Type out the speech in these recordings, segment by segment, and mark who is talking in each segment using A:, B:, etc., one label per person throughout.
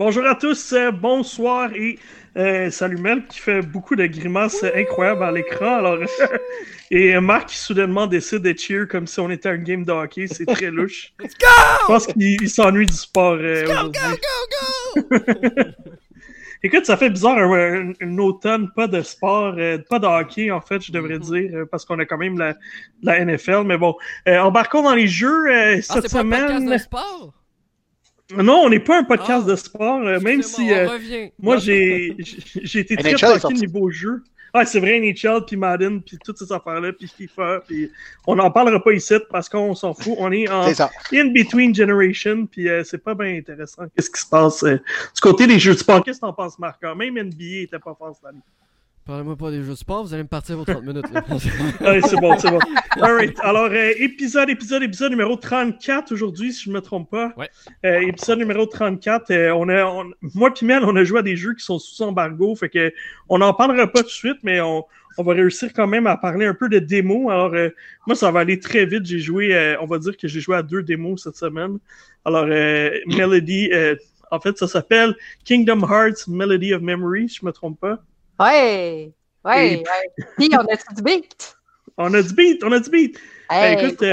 A: Bonjour à tous, bonsoir et salut Mel qui fait beaucoup de grimaces incroyables à l'écran. Alors, et Marc qui soudainement décide de cheer comme si on était un game de hockey, c'est très louche.
B: Let's go!
A: Je pense qu'il s'ennuie du sport
B: Let's go,
A: aujourd'hui.
B: go, go, go!
A: Écoute, ça fait bizarre un automne, pas de sport, pas de hockey en fait, je devrais dire, parce qu'on a quand même la NFL. Mais bon, embarquons dans les jeux cette
B: c'est pas
A: semaine.
B: un podcast de sport?
A: Non, on n'est pas un podcast de sport, même si
B: on revient.
A: moi j'ai été très tranquille niveau jeu. Ah, c'est vrai, NHL, puis Madden, puis toutes ces affaires-là, puis FIFA, puis on n'en parlera pas ici parce qu'on s'en fout. On est en in-between generation, puis c'est pas bien intéressant. Qu'est-ce qui se passe du côté des jeux de sport? Qu'est-ce que t'en penses, Marc? Même NBA était pas fort cette année.
B: Parlez-moi pas des jeux de sport, vous allez me partir vos 30 minutes. Là.
A: Allez, c'est bon. Alright, alors épisode numéro 34 aujourd'hui, si je ne me trompe pas.
B: Ouais.
A: Épisode numéro 34, moi et Mel, on a joué à des jeux qui sont sous embargo, fait que on n'en parlera pas tout de suite, mais on va réussir quand même à parler un peu de démos. Alors, moi, ça va aller très vite. J'ai joué, on va dire que j'ai joué à 2 démos cette semaine. Alors, Melody, en fait, ça s'appelle Kingdom Hearts Melody of Memory, si je ne me trompe pas.
C: Ouais. Puis, on a du beat.
A: On a du beat.
C: Hey,
A: écoute,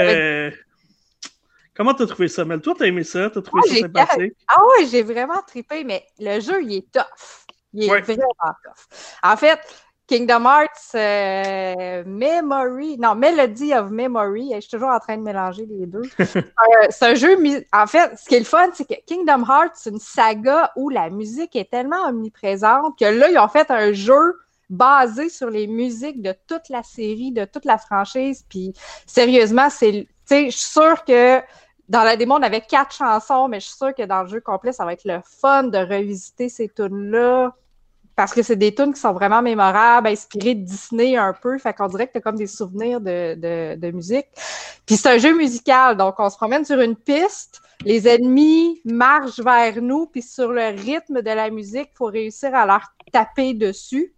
A: comment t'as trouvé ça, Mel? Toi, t'as aimé ça? T'as trouvé ça sympathique?
C: Ah ouais, j'ai vraiment trippé, mais le jeu, il est tough. Il est vraiment tough. En fait, Kingdom Hearts Melody of Memory, je suis toujours en train de mélanger les deux. C'est un jeu, en fait, ce qui est le fun, c'est que Kingdom Hearts, c'est une saga où la musique est tellement omniprésente que là, ils ont fait un jeu basé sur les musiques de toute la série, de toute la franchise, puis sérieusement, je suis sûre que dans la démo, on avait 4 chansons, mais je suis sûre que dans le jeu complet, ça va être le fun de revisiter ces tunes-là. Parce que c'est des tunes qui sont vraiment mémorables, inspirées de Disney un peu. Fait qu'on dirait que t'as comme des souvenirs de musique. Puis c'est un jeu musical, donc on se promène sur une piste, les ennemis marchent vers nous, puis sur le rythme de la musique, il faut réussir à leur taper dessus.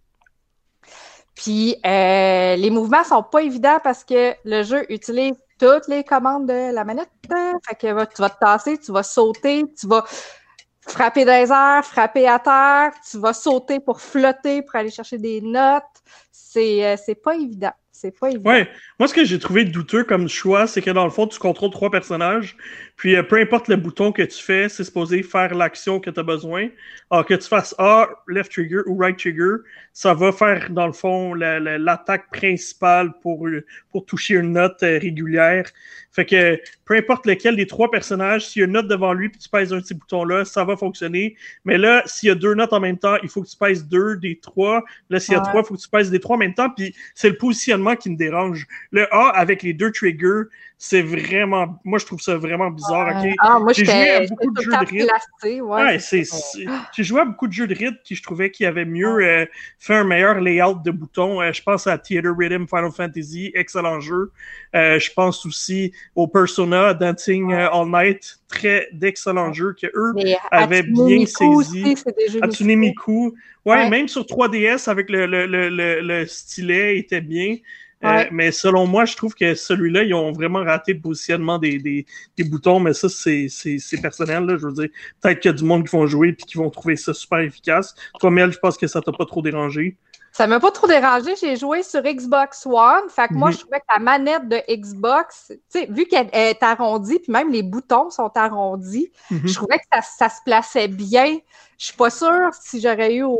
C: Puis les mouvements sont pas évidents parce que le jeu utilise toutes les commandes de la manette. Fait que tu vas te tasser, tu vas sauter, tu vas frapper dans les airs, frapper à terre, tu vas sauter pour flotter, pour aller chercher des notes. C'est pas évident. C'est pas évident.
A: Ouais. Moi, ce que j'ai trouvé douteux comme choix, c'est que dans le fond, tu contrôles 3 personnages. Puis, peu importe le bouton que tu fais, c'est supposé faire l'action que tu as besoin. Alors, que tu fasses A, left trigger ou right trigger, ça va faire, dans le fond, l'attaque principale pour toucher une note régulière. Fait que, peu importe lequel des 3 personnages, s'il y a une note devant lui puis tu pèses un de ces boutons-là, ça va fonctionner. Mais là, s'il y a 2 notes en même temps, il faut que tu pèses 2 des 3. Là, s'il y a 3, il faut que tu pèses des 3 en même temps. Puis, c'est le positionnement qui me dérange. Le A avec les 2 triggers, c'est vraiment... Moi, je trouve ça vraiment bizarre. Okay?
C: Moi,
A: j'ai joué à beaucoup de jeux de rythme.
C: Placé,
A: j'ai joué à beaucoup de jeux de rythme qui je trouvais qu'ils avaient mieux fait un meilleur layout de boutons. Je pense à Theater Rhythm Final Fantasy, excellent jeu. Je pense aussi au Persona Dancing All Night, d'excellents jeux que eux avaient bien saisi. Hatsune Miku. Ouais, même sur 3DS avec le stylet était bien. Mais selon moi, je trouve que celui-là, ils ont vraiment raté le positionnement des boutons, mais ça, c'est personnel, là. Je veux dire, peut-être qu'il y a du monde qui vont jouer et qui vont trouver ça super efficace. Toi, Mel, je pense que ça t'a pas trop dérangé.
C: Ça m'a pas trop dérangé. J'ai joué sur Xbox One. Fait que moi, je trouvais que la manette de Xbox, tu sais, vu qu'elle est arrondie, puis même les boutons sont arrondis, je trouvais que ça se plaçait bien. Je suis pas sûre si j'aurais eu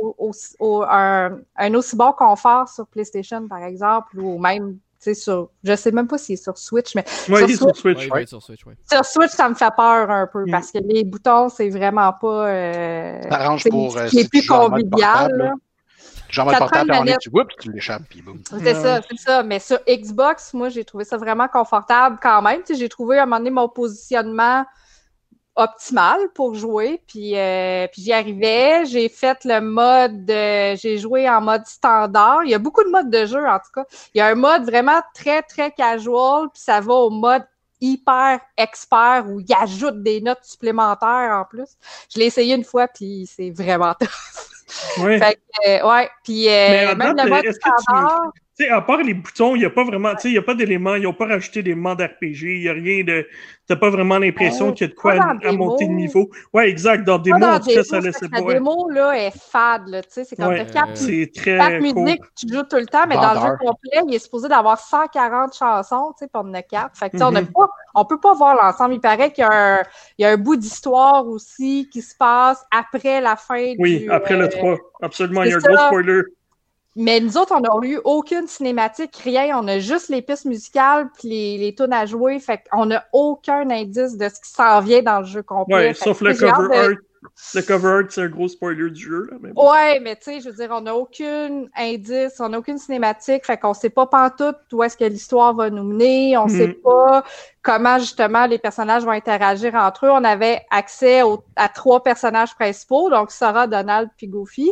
C: un aussi bon confort sur PlayStation, par exemple, ou même, tu sais, je sais même pas s'il est sur Switch, mais
A: sur Switch.
C: Sur Switch, ça me fait peur un peu, parce que les boutons, c'est vraiment pas...
D: ça arrange pour...
C: c'est plus convivial,
D: genre mode portable en ligne, tu vois, puis tu l'échappes, puis boum.
C: C'est ça. Mais sur Xbox, moi, j'ai trouvé ça vraiment confortable quand même. Tu sais, j'ai trouvé à un moment donné mon positionnement optimal pour jouer, puis j'y arrivais. J'ai fait le mode, j'ai joué en mode standard. Il y a beaucoup de modes de jeu, en tout cas. Il y a un mode vraiment très, très casual, puis ça va au mode hyper expert où il ajoute des notes supplémentaires en plus. Je l'ai essayé une fois, puis c'est vraiment tough.
A: Oui.
C: Fait que, puis même le mode standard,
A: Tu sais, à part les boutons, il n'y a pas vraiment, tu sais, il n'y a pas d'éléments, ils n'ont pas rajouté d'éléments d'RPG, il n'y a rien de. T'as pas vraiment l'impression qu'il y a de quoi à monter de niveau. Ouais, ouais, dans des mots, en tout cas, ça laissait pas.
C: La démo, là, est fade, là, tu sais, c'est comme
A: c'est très.
C: Quatre musiques, tu joues tout le temps, mais dans le jeu complet, il est supposé d'avoir 140 chansons, tu sais, pour en a 4. Fait que, tu sais, on peut pas voir l'ensemble. Il paraît qu'il y a un bout d'histoire aussi qui se passe après la fin
A: du... après le 3. Absolument, il y a un gros spoiler.
C: Mais nous autres, on n'a eu aucune cinématique, rien. On a juste les pistes musicales puis les tunes à jouer. Fait qu'on n'a aucun indice de ce qui s'en vient dans le jeu complet.
A: Ouais, sauf le cover art. Le cover art, c'est un gros spoiler du jeu. Là, mais bon.
C: Ouais, mais tu sais, je veux dire, on n'a aucun indice, on n'a aucune cinématique. Fait qu'on sait pas pantoute où est-ce que l'histoire va nous mener. On sait pas comment, justement, les personnages vont interagir entre eux. On avait accès à 3 personnages principaux, donc Sora, Donald puis Goofy.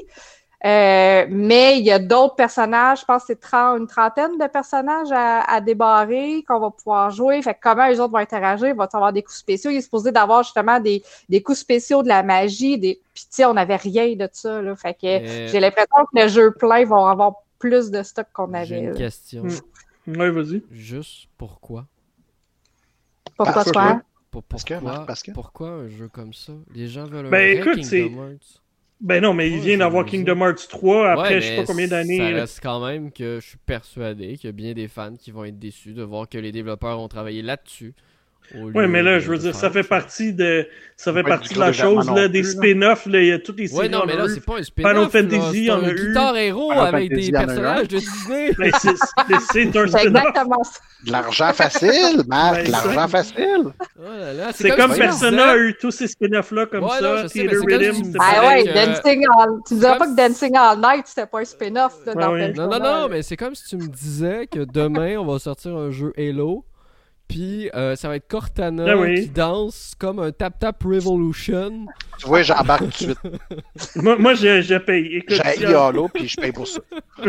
C: Mais il y a d'autres personnages, je pense que c'est une trentaine de personnages à débarrer qu'on va pouvoir jouer. Fait que comment les autres vont interagir, il va y avoir des coups spéciaux. Il est supposé d'avoir justement des coups spéciaux, de la magie, Puis tu sais, on n'avait rien de ça, là. Fait que j'ai l'impression que le jeu plein va avoir plus de stock qu'on avait.
B: J'ai une question.
A: Ouais, vas-y.
B: Juste pourquoi?
C: Pourquoi toi?
B: Pourquoi un jeu comme ça? Les gens veulent un
A: vrai
B: Kingdom Hearts.
A: Ben non, mais il vient d'avoir Kingdom Hearts 3 après je sais pas combien d'années.
B: Ça reste quand même que je suis persuadé qu'il y a bien des fans qui vont être déçus de voir que les développeurs ont travaillé là-dessus.
A: Oui, mais là, je veux dire, ça fait partie de la chose, là, des spin-offs, il y a toutes les séries.
B: Oui, non, mais là, c'est pas un spin-off.
A: Final Fantasy,
B: on a eu. Guitar Hero avec des personnages de Disney.
A: Mais c'est un spin-off.
C: Exactement ça.
D: De l'argent facile, Marc, de l'argent facile.
A: C'est comme Persona a eu tous ces spin-offs-là comme ça. Theater Rhythm,
C: ah ouais, Dancing All... Tu me diras pas que Dancing All Night, c'était pas un spin-off.
B: Non, mais c'est comme si tu me disais que demain, on va sortir un jeu Halo. Puis ça va être Cortana qui danse comme un Tap-Tap Revolution.
D: Tu vois, j'embarque tout de suite.
A: moi, je paye.
D: J'ai Halo, puis je paye pour ça.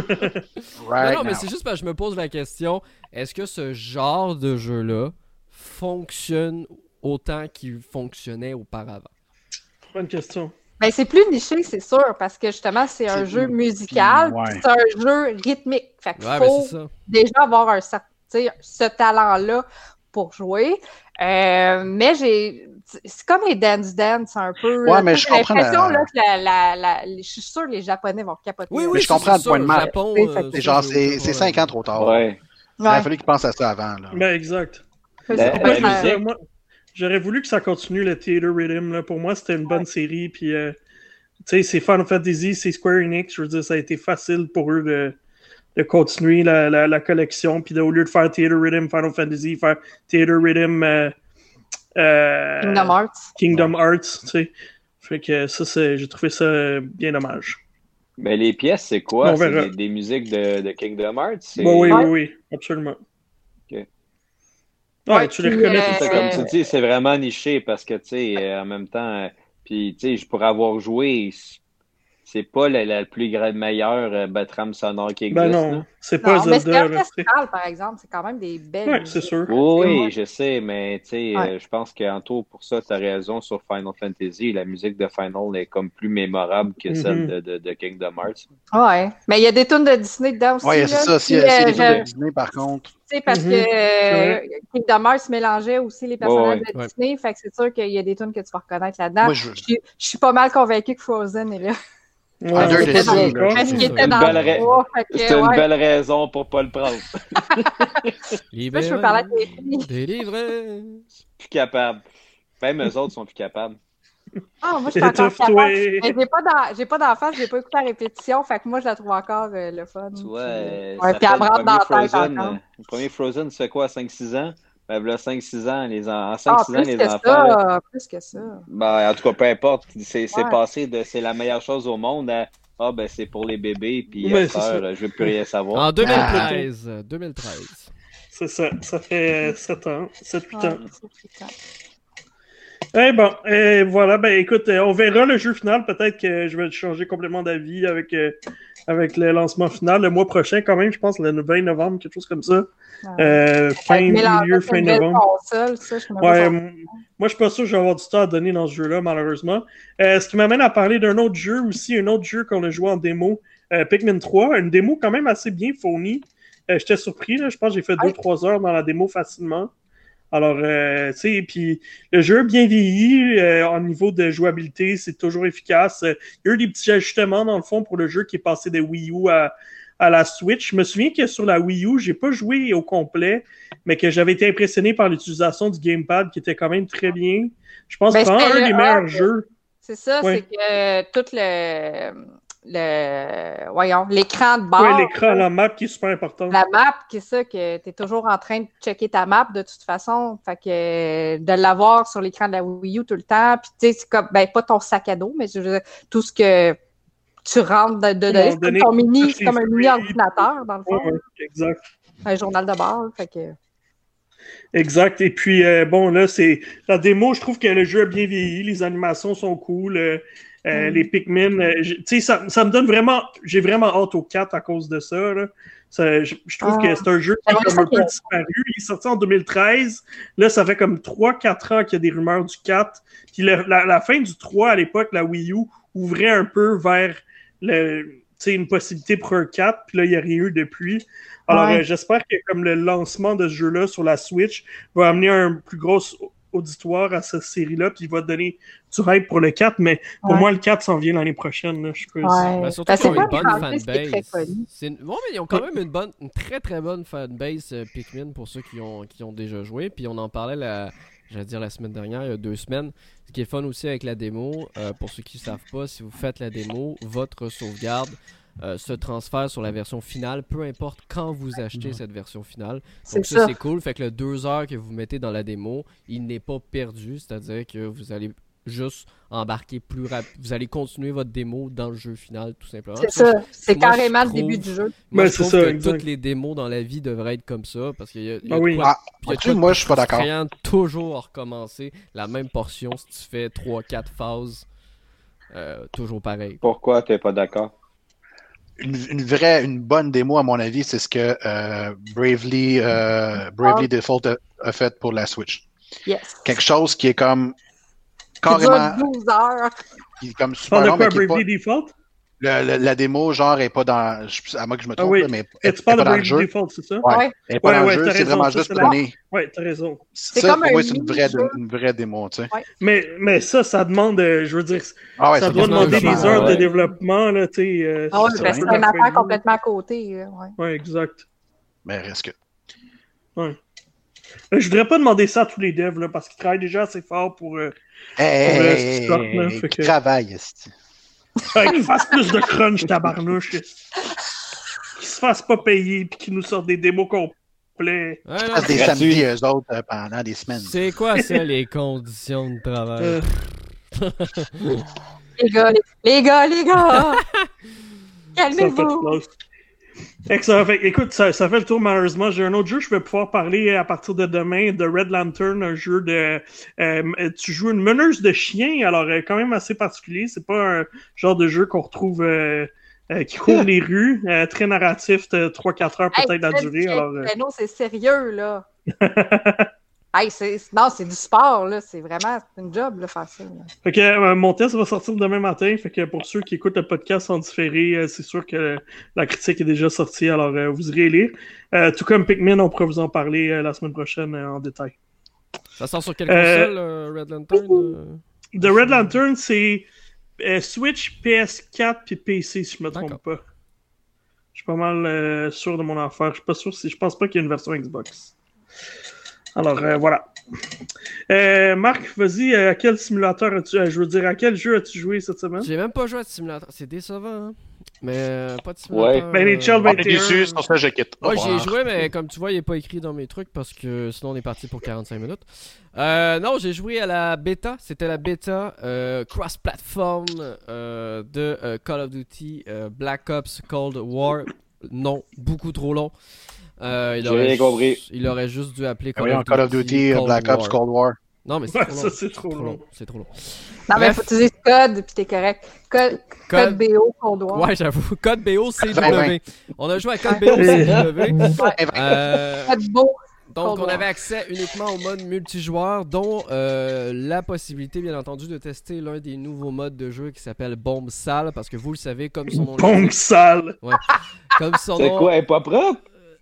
B: Non, mais c'est juste parce que je me pose la question, est-ce que ce genre de jeu-là fonctionne autant qu'il fonctionnait auparavant?
A: Bonne question.
C: Ben, c'est plus niché, c'est sûr, parce que justement, c'est un jeu musical, c'est un jeu rythmique. Fait qu'il faut déjà avoir ce talent-là pour jouer. Mais c'est comme les Dance Dance un peu.
D: Ouais, mais je comprends.
C: J'ai l'impression là, que je suis sûr que les Japonais vont capoter.
B: Oui,
D: mais je comprends le point de Marc. C'est 5 ans trop tard.
E: Ouais.
D: Il a fallu qu'ils pensent à ça avant. Là.
A: Ben, exact. Moi, j'aurais voulu que ça continue le Theater Rhythm. Là. Pour moi, c'était une bonne série. Puis, tu sais, c'est Final Fantasy, c'est Square Enix. Je veux dire, ça a été facile pour eux de continuer la collection. Puis, au lieu de faire Theater Rhythm, Final Fantasy, faire Theater Rhythm Kingdom Hearts. Tu sais. Fait que ça, j'ai trouvé ça bien dommage.
E: Mais les pièces, c'est quoi? C'est des musiques de Kingdom Hearts?
A: Oui, absolument.
E: OK.
A: Ouais, tu les reconnais tout
E: comme tu dis, c'est vraiment niché parce que, tu sais, en même temps, puis, tu sais, pour avoir joué, c'est pas la plus meilleure trame sonore qui existe.
A: Ben non, c'est pas Zelda.
C: Mais c'est orchestral, par exemple. C'est quand même des belles musiques.
A: C'est sûr.
E: Oui, je sais, mais tu sais, je pense qu'Anto, pour ça, tu as raison sur Final Fantasy. La musique de Final est comme plus mémorable que celle de Kingdom Hearts.
C: Ouais, mais il y a des tunes de Disney dedans aussi.
D: Oui, c'est ça. C'est des tunes de Disney, par contre.
C: Tu sais, parce que Kingdom Hearts mélangeait aussi les personnages de Disney. Fait que c'est sûr qu'il y a des tunes que tu vas reconnaître là-dedans.
D: Moi,
C: je suis pas mal convaincu que Frozen est là.
E: C'est une belle raison pour pas le prendre.
C: Je peux parler avec les filles.
B: Délivré.
E: Plus capable. Même eux autres sont plus capables.
C: Ah, moi, je suis encore capable. Mais j'ai pas d'enfant, j'ai pas écouté la répétition, fait que moi, je la trouve encore le fun.
E: Tu vois,
C: puis elle me rentre dans la tête encore.
E: Le premier Frozen, c'est quoi, 5-6 ans? Ben, là, 5-6 ans, en 5-6 ans, les enfants...
C: Ça, plus que ça.
E: Ben, en tout cas, peu importe. C'est passé de c'est la meilleure chose au monde à ben c'est pour les bébés, puis je veux plus rien savoir.
B: En 2013.
A: C'est ça. Ça fait 7 ans. 7-8 ans. Bon, voilà, ben écoute, on verra le jeu final. Peut-être que je vais changer complètement d'avis avec le lancement final le mois prochain, quand même, je pense, le 20 novembre, quelque chose comme ça. Fin novembre. Moi, je suis pas sûr que je vais avoir du temps à donner dans ce jeu-là, malheureusement. Ce qui m'amène à parler d'un autre jeu aussi, un autre jeu qu'on a joué en démo, Pikmin 3, une démo quand même assez bien fournie. j'étais surpris. Là. Je pense que j'ai fait 2-3 heures dans la démo facilement. Alors, tu sais, puis le jeu a bien vieilli au niveau de jouabilité, c'est toujours efficace. Il y a eu des petits ajustements, dans le fond, pour le jeu qui est passé de Wii U à la Switch. Je me souviens que sur la Wii U, j'ai pas joué au complet, mais que j'avais été impressionné par l'utilisation du gamepad qui était quand même très bien. Je pense que c'est un des meilleurs jeux.
C: C'est ça, c'est que tout l'écran de bord.
A: Oui, l'écran, la map qui est super importante.
C: La map, qui est ça, que tu es toujours en train de checker ta map de toute façon. Fait que de l'avoir sur l'écran de la Wii U tout le temps, puis tu sais, c'est comme, pas ton sac à dos, mais tout ce que tu rentres dedans, c'est comme un mini ordinateur, dans le fond.
A: Oui, exact.
C: Un journal de bord, fait que...
A: Exact. Et puis, là, c'est la démo, je trouve que le jeu a bien vieilli, les animations sont cool, les Pikmin, tu sais, ça me donne vraiment, j'ai vraiment hâte au 4 à cause de ça, là. Je trouve que c'est un jeu qui est un peu disparu. Il est sorti en 2013. Là, ça fait comme 3-4 ans qu'il y a des rumeurs du 4. Puis la fin du 3, à l'époque, la Wii U ouvrait un peu vers une possibilité pour un 4. Puis là, il n'y a rien eu depuis. Alors, j'espère que comme le lancement de ce jeu-là sur la Switch va amener un plus gros auditoire à cette série-là, puis il va donner du hype pour le 4, mais pour moi, le 4 s'en vient l'année prochaine. Là, je peux
B: surtout qu'ils ont une bonne fanbase. Mais ils ont quand même une très très bonne fanbase Pikmin pour ceux qui ont déjà joué. Puis on en parlait la semaine dernière, il y a 2 semaines. Ce qui est fun aussi avec la démo, pour ceux qui ne savent pas, si vous faites la démo, votre sauvegarde se transfère sur la version finale, peu importe quand vous achetez cette version finale. Donc ça, c'est cool. Fait que le 2 heures que vous mettez dans la démo, il n'est pas perdu. C'est-à-dire que vous allez juste embarquer plus rapide. Vous allez continuer votre démo dans le jeu final, tout simplement.
C: C'est ça. C'est carrément le début du jeu.
B: Moi, je trouve que toutes les démos dans la vie devraient être comme ça, parce qu'il y a
D: moi, je suis pas d'accord.
B: Toujours à recommencer la même portion si tu fais 3-4 phases. Toujours pareil.
E: Pourquoi t'es pas d'accord?
D: Une bonne démo, à mon avis, c'est ce que Bravely Default a fait pour la Switch.
C: Yes.
D: Quelque chose qui est comme carrément...
C: 12 heures.
D: Qui est comme super long,
A: mais qui est pas... Default?
D: La démo, genre, est pas dans... À moi que je me trompe, mais
A: tu parles de Bravely Default, c'est ça?
D: Ouais. Elle est pas dans le jeu, c'est vraiment juste prenez...
A: Ouais, t'as raison.
D: Ça, pour moi, c'est une vraie démo, tu sais.
A: Ouais. Mais ça demande, je veux dire, ça doit demander des heures de développement, là, tu sais.
C: C'est une affaire complètement à côté.
A: Ouais, exact.
D: Mais reste que...
A: Ouais. Je voudrais pas demander ça à tous les devs, là, parce qu'ils travaillent déjà assez fort pour
D: ils travaillent,
A: qu'ils fassent plus de crunch, tabarnouche. Qu'ils se fassent pas payer puis qu'ils nous sortent des démos complets.
D: Ils fassent des samedis, eux autres, pendant des semaines.
B: C'est quoi ça, les conditions de travail?
C: Les gars! Calmez-vous!
A: Excellent. Écoute, ça fait le tour, malheureusement. J'ai un autre jeu, je vais pouvoir parler à partir de demain de Red Lantern, un jeu de... tu joues une meneuse de chiens, alors quand même assez particulier. C'est pas un genre de jeu qu'on retrouve qui court les rues. Très narratif, 3-4 heures peut-être à durer.
C: Non, c'est sérieux, là. Non, c'est du sport, là. C'est vraiment une job, là, facile. Là.
A: Fait que mon test va sortir demain matin. Fait que pour ceux qui écoutent le podcast en différé, c'est sûr que la critique est déjà sortie. Alors, vous irez lire. Tout comme Pikmin, on pourra vous en parler la semaine prochaine en détail.
B: Ça sort sur quelle console, Red Lantern?
A: The Red Lantern, c'est Switch, PS4 puis PC, si je me trompe pas. Je suis pas mal sûr de mon affaire. Je suis pas sûr je pense pas qu'il y ait une version Xbox. Alors, voilà. Marc, vas-y, à quel simulateur à quel jeu as-tu joué cette semaine?
B: J'ai même pas joué à ce simulateur. C'est décevant, hein? Mais pas de simulateur.
A: Ouais. NHL 21.
D: Déçu, sur ça, je quitte.
B: Ouais, j'y ai joué, mais comme tu vois, il est pas écrit dans mes trucs parce que sinon on est parti pour 45 minutes. Non, j'ai joué à la bêta. C'était la bêta cross-platform de Call of Duty Black Ops Cold War. Non, beaucoup trop long. Il aurait juste dû appeler
D: Call of Duty Black Ops Cold War.
B: Non, mais c'est trop long.
A: Ça, c'est trop long.
B: C'est trop long.
C: Non, mais il faut utiliser code, puis t'es correct. Code BO Cold War.
B: Ouais, j'avoue. Code BO CW. On a joué à code BO CW.
C: Code BO.
B: Donc, on avait accès uniquement au mode multijoueur, dont la possibilité, bien entendu, de tester l'un des nouveaux modes de jeu qui s'appelle Bombe Sale, parce que vous le savez, comme son nom
A: Bombe Sale!
B: Ouais. Comme son
E: c'est
B: nom...
E: quoi, elle est pas propre?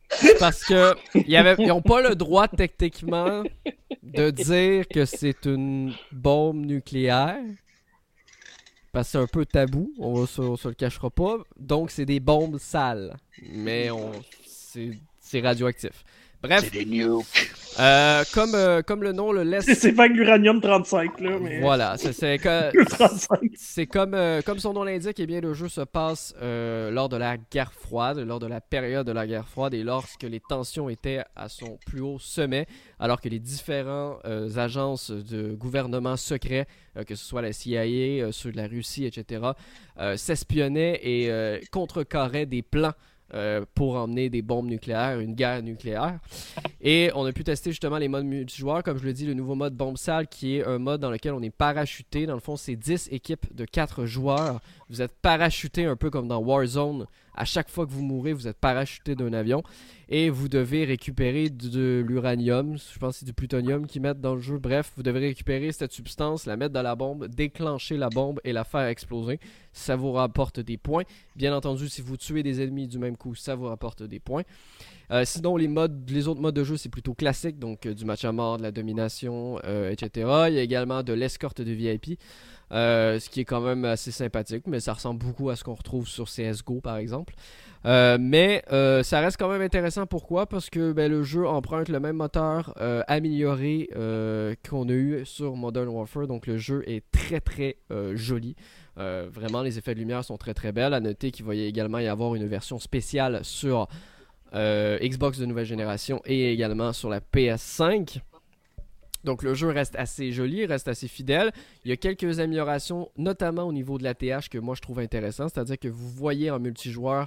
B: Parce que ils n'ont pas le droit techniquement de dire que c'est une bombe nucléaire. Parce que c'est un peu tabou, on se le cachera pas. Donc c'est des bombes sales. Mais c'est radioactif. Bref.
D: C'est des nukes.
B: Comme le nom le laisse.
A: C'est pas que l'uranium 35, là. Mais...
B: Voilà, c'est comme son nom l'indique, eh bien, le jeu se passe lors de la guerre froide, lors de la période de la guerre froide et lorsque les tensions étaient à son plus haut sommet, alors que les différentes agences de gouvernement secrets, que ce soit la CIA, ceux de la Russie, etc., s'espionnaient et contrecarraient des plans pour emmener des bombes nucléaires, une guerre nucléaire. Et on a pu tester justement les modes multijoueurs, comme je le dis, le nouveau mode bombe sale qui est un mode dans lequel on est parachuté. Dans le fond, c'est 10 équipes de 4 joueurs. Vous êtes parachuté un peu comme dans Warzone. À chaque fois que vous mourrez, vous êtes parachuté d'un avion et vous devez récupérer de l'uranium, je pense que c'est du plutonium qu'ils mettent dans le jeu. Bref, vous devez récupérer cette substance, la mettre dans la bombe, déclencher la bombe et la faire exploser. Ça vous rapporte des points. Bien entendu, si vous tuez des ennemis du même coup, ça vous rapporte des points. Sinon, les autres modes de jeu, c'est plutôt classique, donc du match à mort, de la domination, etc. Il y a également de l'escorte de VIP, ce qui est quand même assez sympathique, mais ça ressemble beaucoup à ce qu'on retrouve sur CSGO, par exemple. Mais ça reste quand même intéressant. Pourquoi? Parce que le jeu emprunte le même moteur amélioré qu'on a eu sur Modern Warfare, donc le jeu est très très joli. Vraiment, les effets de lumière sont très très belles. À noter qu'il va également y avoir une version spéciale sur Xbox de nouvelle génération et également sur la PS5. Donc le jeu reste assez joli, reste assez fidèle. Il y a quelques améliorations, notamment au niveau de l'ATH que moi je trouve intéressant. C'est-à-dire que vous voyez en multijoueur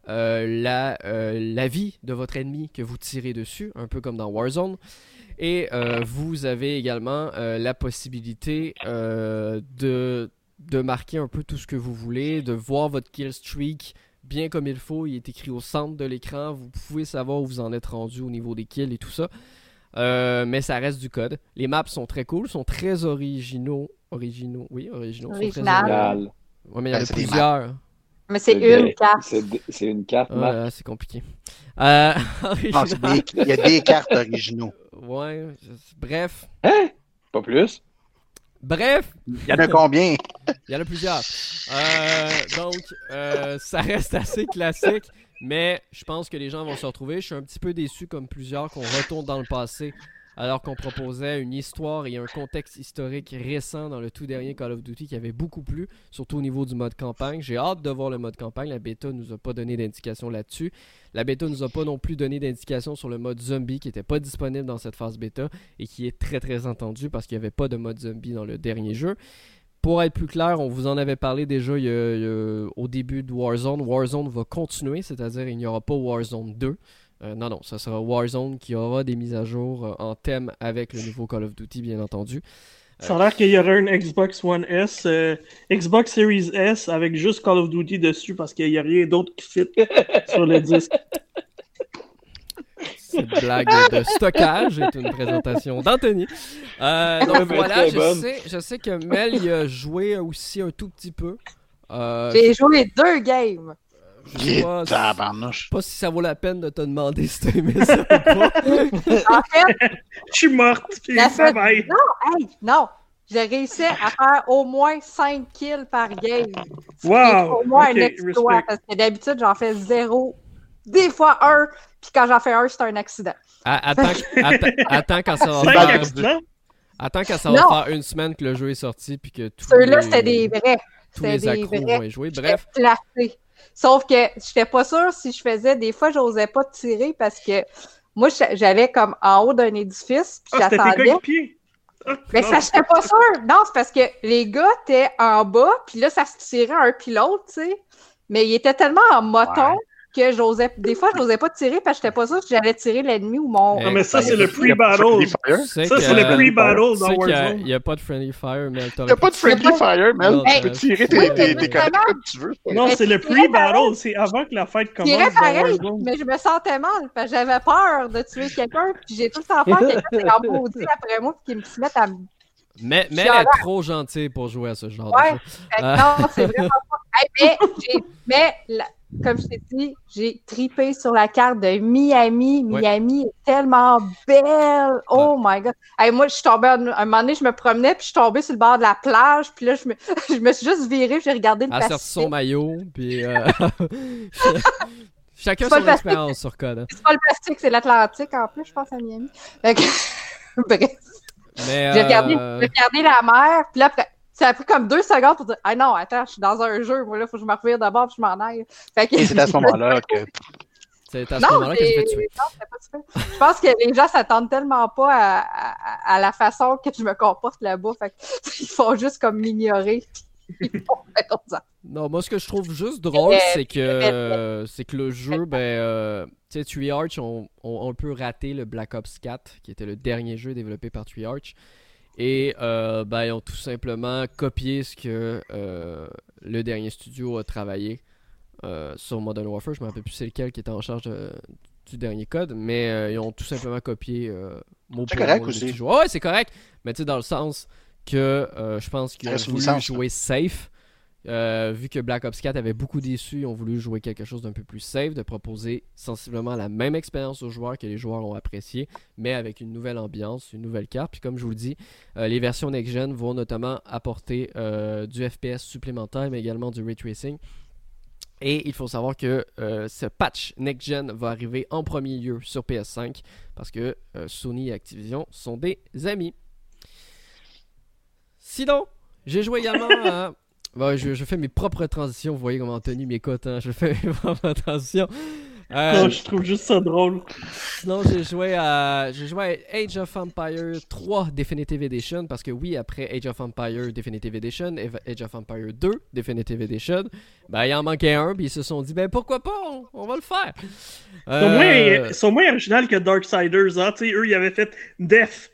B: la vie de votre ennemi que vous tirez dessus, un peu comme dans Warzone. Et vous avez également la possibilité de marquer un peu tout ce que vous voulez, de voir votre kill streak bien comme il faut. Il est écrit au centre de l'écran. Vous pouvez savoir où vous en êtes rendu au niveau des kills et tout ça. Mais ça reste du code. Les maps sont très cool, sont très originaux. Original. Ouais, mais il y en a plusieurs.
C: Mais c'est une carte.
E: C'est une carte, Marc.
B: C'est compliqué.
D: Il y a des cartes originaux.
B: Ouais, bref.
E: Hein? Pas plus?
B: Bref.
D: Il y en a combien?
B: Il y en a plusieurs. Donc, ça reste assez classique. Mais je pense que les gens vont se retrouver. Je suis un petit peu déçu, comme plusieurs, qu'on retourne dans le passé alors qu'on proposait une histoire et un contexte historique récent dans le tout dernier Call of Duty qui avait beaucoup plu, surtout au niveau du mode campagne. J'ai hâte de voir le mode campagne. La bêta nous a pas donné d'indication là-dessus. La bêta nous a pas non plus donné d'indication sur le mode zombie qui n'était pas disponible dans cette phase bêta et qui est très très attendu parce qu'il n'y avait pas de mode zombie dans le dernier jeu. Pour être plus clair, on vous en avait parlé déjà au début de Warzone. Warzone va continuer, c'est-à-dire il n'y aura pas Warzone 2. Non, ça sera Warzone qui aura des mises à jour en thème avec le nouveau Call of Duty, bien entendu.
A: Ça a l'air qu'il y aura une Xbox One S, Xbox Series S avec juste Call of Duty dessus parce qu'il n'y a rien d'autre qui fit sur le disque.
B: Cette blague de stockage est une présentation d'Anthony. Donc voilà, je sais que Mel y a joué aussi un tout petit peu.
C: J'ai joué 2 games.
B: Je sais pas si ça vaut la peine de te demander si t'as aimé ça ou pas.
C: En fait,
A: je suis morte.
C: Non, j'ai réussi à faire au moins 5 kills par game.
A: Wow!
C: Au moins un exploit, parce que d'habitude, j'en fais 0. Des fois 1, puis quand j'en fais 1, c'est un accident.
B: Attends quand ça va faire... Attends quand ça va faire une semaine que le jeu est sorti, puis que
C: ceux-là, c'était des vrais.
B: Tous les accros vont y jouer. Bref.
C: Sauf que j'étais pas sûre si je faisais... Des fois, j'osais pas tirer parce que moi, j'allais comme en haut d'un édifice, puis j'attendais. Mais ça, j'étais pas sûre. Non, c'est parce que les gars étaient en bas, puis là, ça se tirait un puis l'autre, tu sais. Mais ils étaient tellement en moton que j'osais... Des fois, j'osais pas tirer parce que j'étais pas sûre si j'allais tirer l'ennemi ou mon...
A: Non, mais ça, c'est le pre-battle. Ça, c'est le pre-battle dans Warzone.
B: Il n'y a pas de friendly fire, Mel.
D: Il n'y a pas de friendly fire, Mel. Tu peux tirer tes collègues comme tu veux.
A: Non, c'est le pre-battle. C'est avant que la fête commence.
C: Je tirais pareil, mais je me sentais mal parce que j'avais peur de tuer quelqu'un puis j'ai tout le temps peur que quelqu'un s'est embaudi après moi et qu'il me se mette à me...
B: Mais elle est trop gentille pour jouer à ce genre de jeu.
C: Non, c'est vraiment pas... Mais comme je t'ai dit, j'ai tripé sur la carte de Miami. Miami est tellement belle. Oh my God. Hey, moi, je suis tombée, un moment donné, je me promenais, puis je suis tombée sur le bord de la plage, puis là, je me suis juste virée, j'ai regardé le Pacifique.
B: Elle a sorti son maillot, puis... Chacun son expérience sur code. Hein.
C: C'est pas le Pacifique, c'est l'Atlantique, en plus, je pense, à Miami. Bref.
B: Mais,
C: j'ai regardé la mer, puis là, après... Ça a pris comme 2 secondes pour dire « Ah non, attends, je suis dans un jeu, moi là, faut que je me revire d'abord puis je m'en aille. »
D: Et c'est à ce moment-là que...
B: C'est à ce moment-là que je fais tuer.
C: Je pense que les gens s'attendent tellement pas à la façon que je me comporte là-bas. Fait qu'ils font juste comme m'ignorer.
B: Non, moi, ce que je trouve juste drôle, c'est que le jeu, tu sais, Treyarch ont un peu raté le Black Ops 4, qui était le dernier jeu développé par Treyarch. Et ils ont tout simplement copié ce que le dernier studio a travaillé sur Modern Warfare. Je ne me rappelle plus c'est lequel qui était en charge du dernier code, mais ils ont tout simplement copié mot pour mot.
D: C'est correct aussi.
B: Ouais, c'est correct, mais tu sais, dans le sens que je pense qu'ils ont voulu jouer safe. Vu que Black Ops 4 avait beaucoup déçu, ils ont voulu jouer quelque chose d'un peu plus safe, de proposer sensiblement la même expérience aux joueurs que les joueurs ont apprécié, mais avec une nouvelle ambiance, une nouvelle carte. Puis comme je vous le dis, les versions next-gen vont notamment apporter du FPS supplémentaire, mais également du ray tracing. Et il faut savoir que ce patch next-gen va arriver en premier lieu sur PS5, parce que Sony et Activision sont des amis. Sinon, j'ai joué également à... je fais mes propres transitions, vous voyez comment Anthony m'écoute, hein? Je fais mes propres transitions.
A: Non, je trouve juste ça drôle.
B: Sinon, j'ai joué à Age of Empires 3 Definitive Edition, parce que oui, après Age of Empires Definitive Edition, Age of Empires 2 Definitive Edition, il en manquait un, puis ils se sont dit, pourquoi pas, on va le faire.
A: Ils sont moins originaux que Darksiders, hein? Eux, ils avaient fait Death.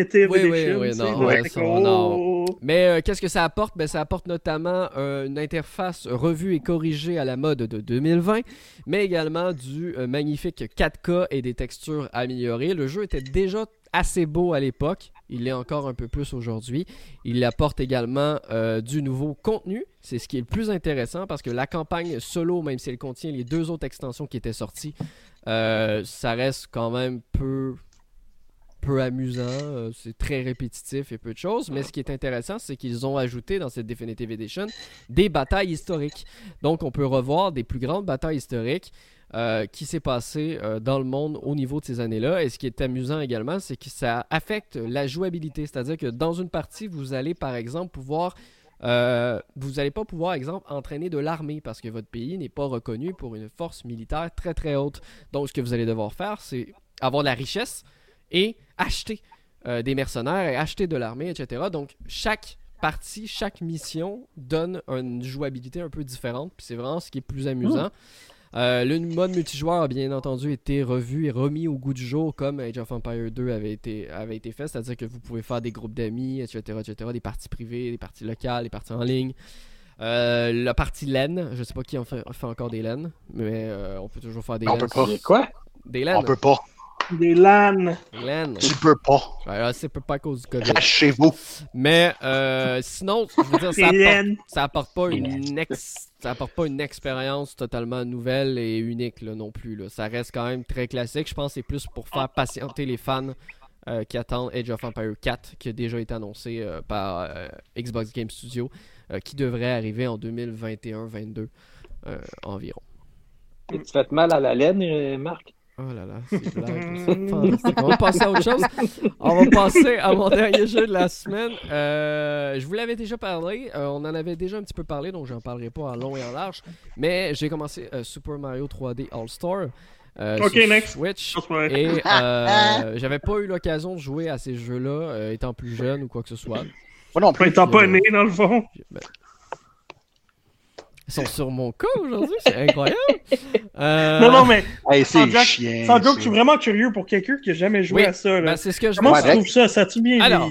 B: Mais qu'est-ce que ça apporte? Ça apporte notamment une interface revue et corrigée à la mode de 2020, mais également du magnifique 4K et des textures améliorées. Le jeu était déjà assez beau à l'époque, il l'est encore un peu plus aujourd'hui. Il apporte également du nouveau contenu, c'est ce qui est le plus intéressant, parce que la campagne solo, même si elle contient les 2 autres extensions qui étaient sorties, ça reste quand même peu amusant, c'est très répétitif et peu de choses, mais ce qui est intéressant, c'est qu'ils ont ajouté dans cette Definitive Edition des batailles historiques. Donc on peut revoir des plus grandes batailles historiques qui s'est passé dans le monde au niveau de ces années-là. Et ce qui est amusant également, c'est que ça affecte la jouabilité, c'est-à-dire que dans une partie, vous allez par exemple pouvoir vous n'allez pas pouvoir, exemple, entraîner de l'armée parce que votre pays n'est pas reconnu pour une force militaire très très haute. Donc ce que vous allez devoir faire, c'est avoir de la richesse et acheter des mercenaires et acheter de l'armée, etc. Donc, chaque partie, chaque mission donne une jouabilité un peu différente. Puis c'est vraiment ce qui est plus amusant. Le mode multijoueur a bien entendu été revu et remis au goût du jour comme Age of Empires 2 avait été fait. C'est-à-dire que vous pouvez faire des groupes d'amis, etc., des parties privées, des parties locales, des parties en ligne. La partie LAN, je sais pas qui en fait encore des LAN, mais on peut toujours faire des LAN.
D: On peut pas.
E: Quoi?
B: Des LAN.
D: On peut pas.
A: Des LAN.
D: Tu peux pas.
B: Alors, c'est pas à cause du COVID.
D: Cachez-vous.
B: Mais sinon, je veux dire, ça apporte pas une expérience totalement nouvelle et unique là, non plus. Là. Ça reste quand même très classique. Je pense que c'est plus pour faire patienter les fans qui attendent Age of Empires 4, qui a déjà été annoncé par Xbox Game Studios, qui devrait arriver en 2021-22 environ.
E: Tu te fais mal à la laine, Marc?
B: Oh là là, c'est blague. Fantastique. On va passer à autre chose. On va passer à mon dernier jeu de la semaine. Je vous l'avais déjà parlé. On en avait déjà un petit peu parlé, donc je n'en parlerai pas en long et en large. Mais j'ai commencé Super Mario 3D All-Star sur Switch. Et j'avais pas eu l'occasion de jouer à ces jeux-là étant plus jeune ou quoi que ce soit.
D: Moi non plus.
A: Étant pas né, dans le fond.
B: Ils sont sur mon cas aujourd'hui, c'est incroyable.
A: Non, mais
D: hey, c'est chiant.
A: Sans joke, je suis vraiment curieux pour quelqu'un qui n'a jamais joué à ça. Là.
B: C'est ce que je
A: Comment tu trouves ça? Ça a-tu bien
B: Alors,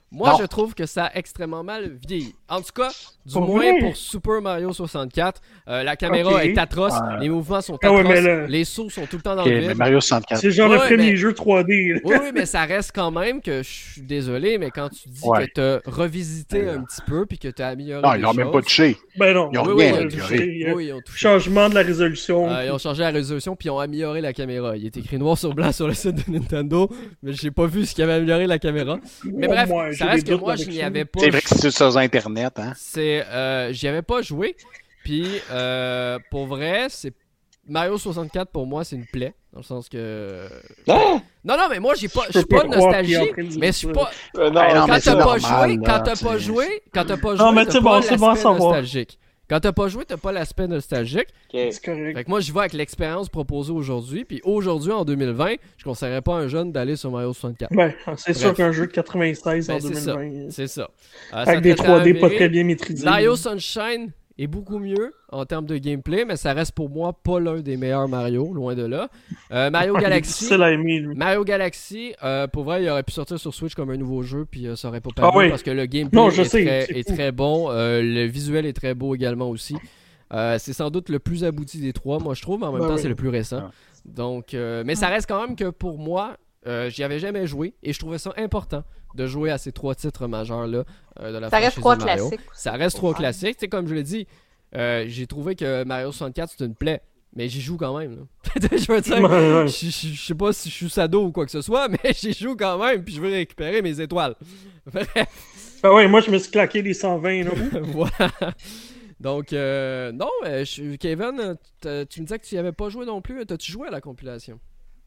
B: Moi, je trouve que ça a extrêmement mal vieilli. En tout cas, moins pour Super Mario 64. La caméra est atroce, les mouvements sont atroces, les sauts sont tout le temps dans le vide.
D: Mario 64.
A: C'est genre le premier jeu 3D.
B: Oui, mais ça reste quand même que je suis désolé, mais quand tu dis que tu as revisité un petit peu puis que tu as amélioré les choses...
D: Non, ils n'ont même pas touché.
A: Ben non.
D: Ils ont rien touché.
B: Oui, ils ont touché.
A: Changement de la résolution.
B: Ils ont changé la résolution puis ils ont amélioré la caméra. Il est écrit noir sur blanc sur le site de Nintendo, mais j'ai pas vu ce qui avait amélioré la caméra. Mais bref, ça reste que moi, je n'y avais pas...
D: C'est vrai que c'est sur Internet, hein?
B: J'y avais pas joué, puis pour vrai, c'est... Mario 64, pour moi, c'est une plaie, dans le sens que... Non, mais moi, je suis pas nostalgique, mais je suis pas... Quand t'as pas joué, t'as pas l'aspect nostalgique. Quand t'as pas joué, t'as pas l'aspect nostalgique.
A: C'est correct.
B: Fait que moi, j'y vais avec l'expérience proposée aujourd'hui. Puis aujourd'hui, en 2020, je conseillerais pas à un jeune d'aller sur Mario 64.
A: Ben, c'est sûr qu'un jeu de 96 en 2020.
B: C'est ça.
A: Avec des 3D pas très bien maîtrisés.
B: Mario Sunshine est beaucoup mieux en termes de gameplay, mais ça reste pour moi pas l'un des meilleurs Mario, loin de là. Mario Galaxy. Mario Galaxy, pour vrai, il aurait pu sortir sur Switch comme un nouveau jeu, puis ça aurait pas perdu parce que le gameplay est très bon. Le visuel est très beau également aussi. C'est sans doute le plus abouti des trois, moi je trouve, mais en même temps c'est le plus récent. Donc, mais ça reste quand même que pour moi, j'y avais jamais joué et je trouvais ça important de jouer à ces trois titres majeurs-là de la franchise de Mario. Classiques. Ça reste trois classiques. Tu sais, comme je l'ai dit, j'ai trouvé que Mario 64 c'est une plaie, mais j'y joue quand même. Je veux dire, je sais pas si je suis sado ou quoi que ce soit, mais j'y joue quand même, puis je veux récupérer mes étoiles. Bref.
A: Ah ouais, moi je me suis claqué les 120 là.
B: Voilà. Donc, non, Kevin, tu me disais que tu n'y avais pas joué non plus. T'as-tu joué à la compilation?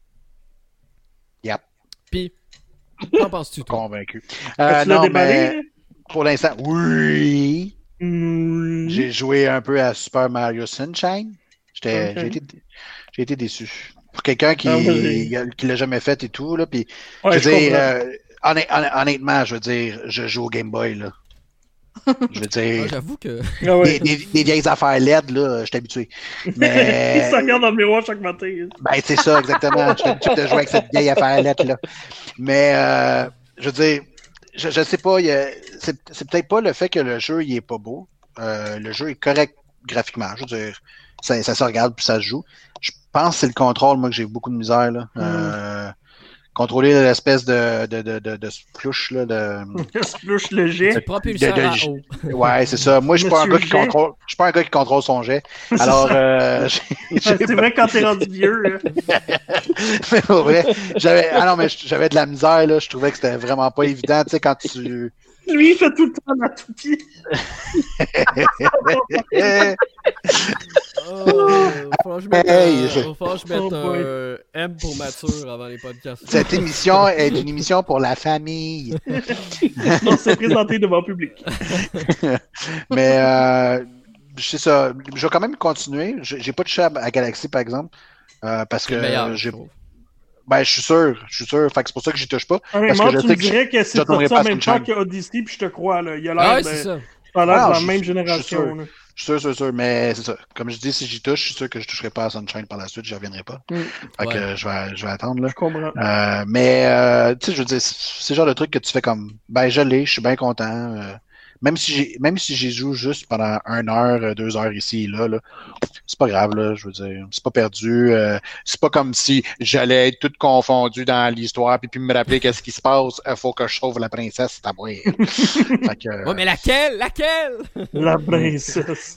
D: Yep.
B: Puis, qu'en penses-tu, toi?
D: Convaincu.
A: Non, mais
D: pour l'instant, oui. J'ai joué un peu à Super Mario Sunshine. J'ai été déçu. Pour quelqu'un qui l'a jamais fait et tout, là, puis je veux dire, honnêtement, je veux dire, je joue au Game Boy, là. Je veux dire,
B: j'avoue que
D: des vieilles affaires LED, là, je suis habitué. Mais...
A: Il se regarde dans le miroir chaque matin.
D: Ben, c'est ça, exactement. Je suis habitué de jouer avec cette vieille affaire LED, là. Mais, je veux dire, je sais pas, c'est peut-être pas le fait que le jeu, il est pas beau. Le jeu est correct graphiquement. Je veux dire, ça se regarde puis ça se joue. Je pense que c'est le contrôle, moi, que j'ai beaucoup de misère, là. Contrôler l'espèce de splouche là
A: splouche le jet.
B: C'est propulseur à eau.
D: Ouais, c'est ça. Moi, je suis pas un gars qui contrôle son jet. Alors
A: c'est vrai quand t'es rendu vieux là.
D: Mais pour vrai, j'avais de la misère là, je trouvais que c'était vraiment pas évident, tu sais quand tu
A: Lui, il fait tout le temps la toupie.
B: Faut que je mette un M pour mature avant les podcasts.
D: Cette émission est une émission pour la famille.
A: On s'est présenté devant le public.
D: Mais c'est ça. Je vais quand même continuer. J'ai pas touché à Galaxy, par exemple. Parce que je suis sûr. Fait que c'est pour ça que j'y touche pas.
A: Parce que tu me dirais que c'est pour ça en même temps qu'Odyssey, puis je te crois. Là. Il a l'air de la même génération.
D: Je suis sûr, mais c'est ça. Comme je dis, si j'y touche, je suis sûr que je toucherai pas à Sunshine par la suite, je reviendrai pas. Fait que je vais attendre, là.
A: Je comprends.
D: Mais, tu sais, je veux dire, c'est le genre de truc que tu fais comme, je l'ai, je suis bien content. Même si j'y joue juste pendant 1 heure, 2 heures ici et là, c'est pas grave, là, je veux dire, c'est pas perdu. C'est pas comme si j'allais être tout confondu dans l'histoire puis me rappeler qu'est-ce qui se passe. Faut que je sauve la princesse, c'est à moi.
B: Ouais, mais laquelle?
A: La princesse.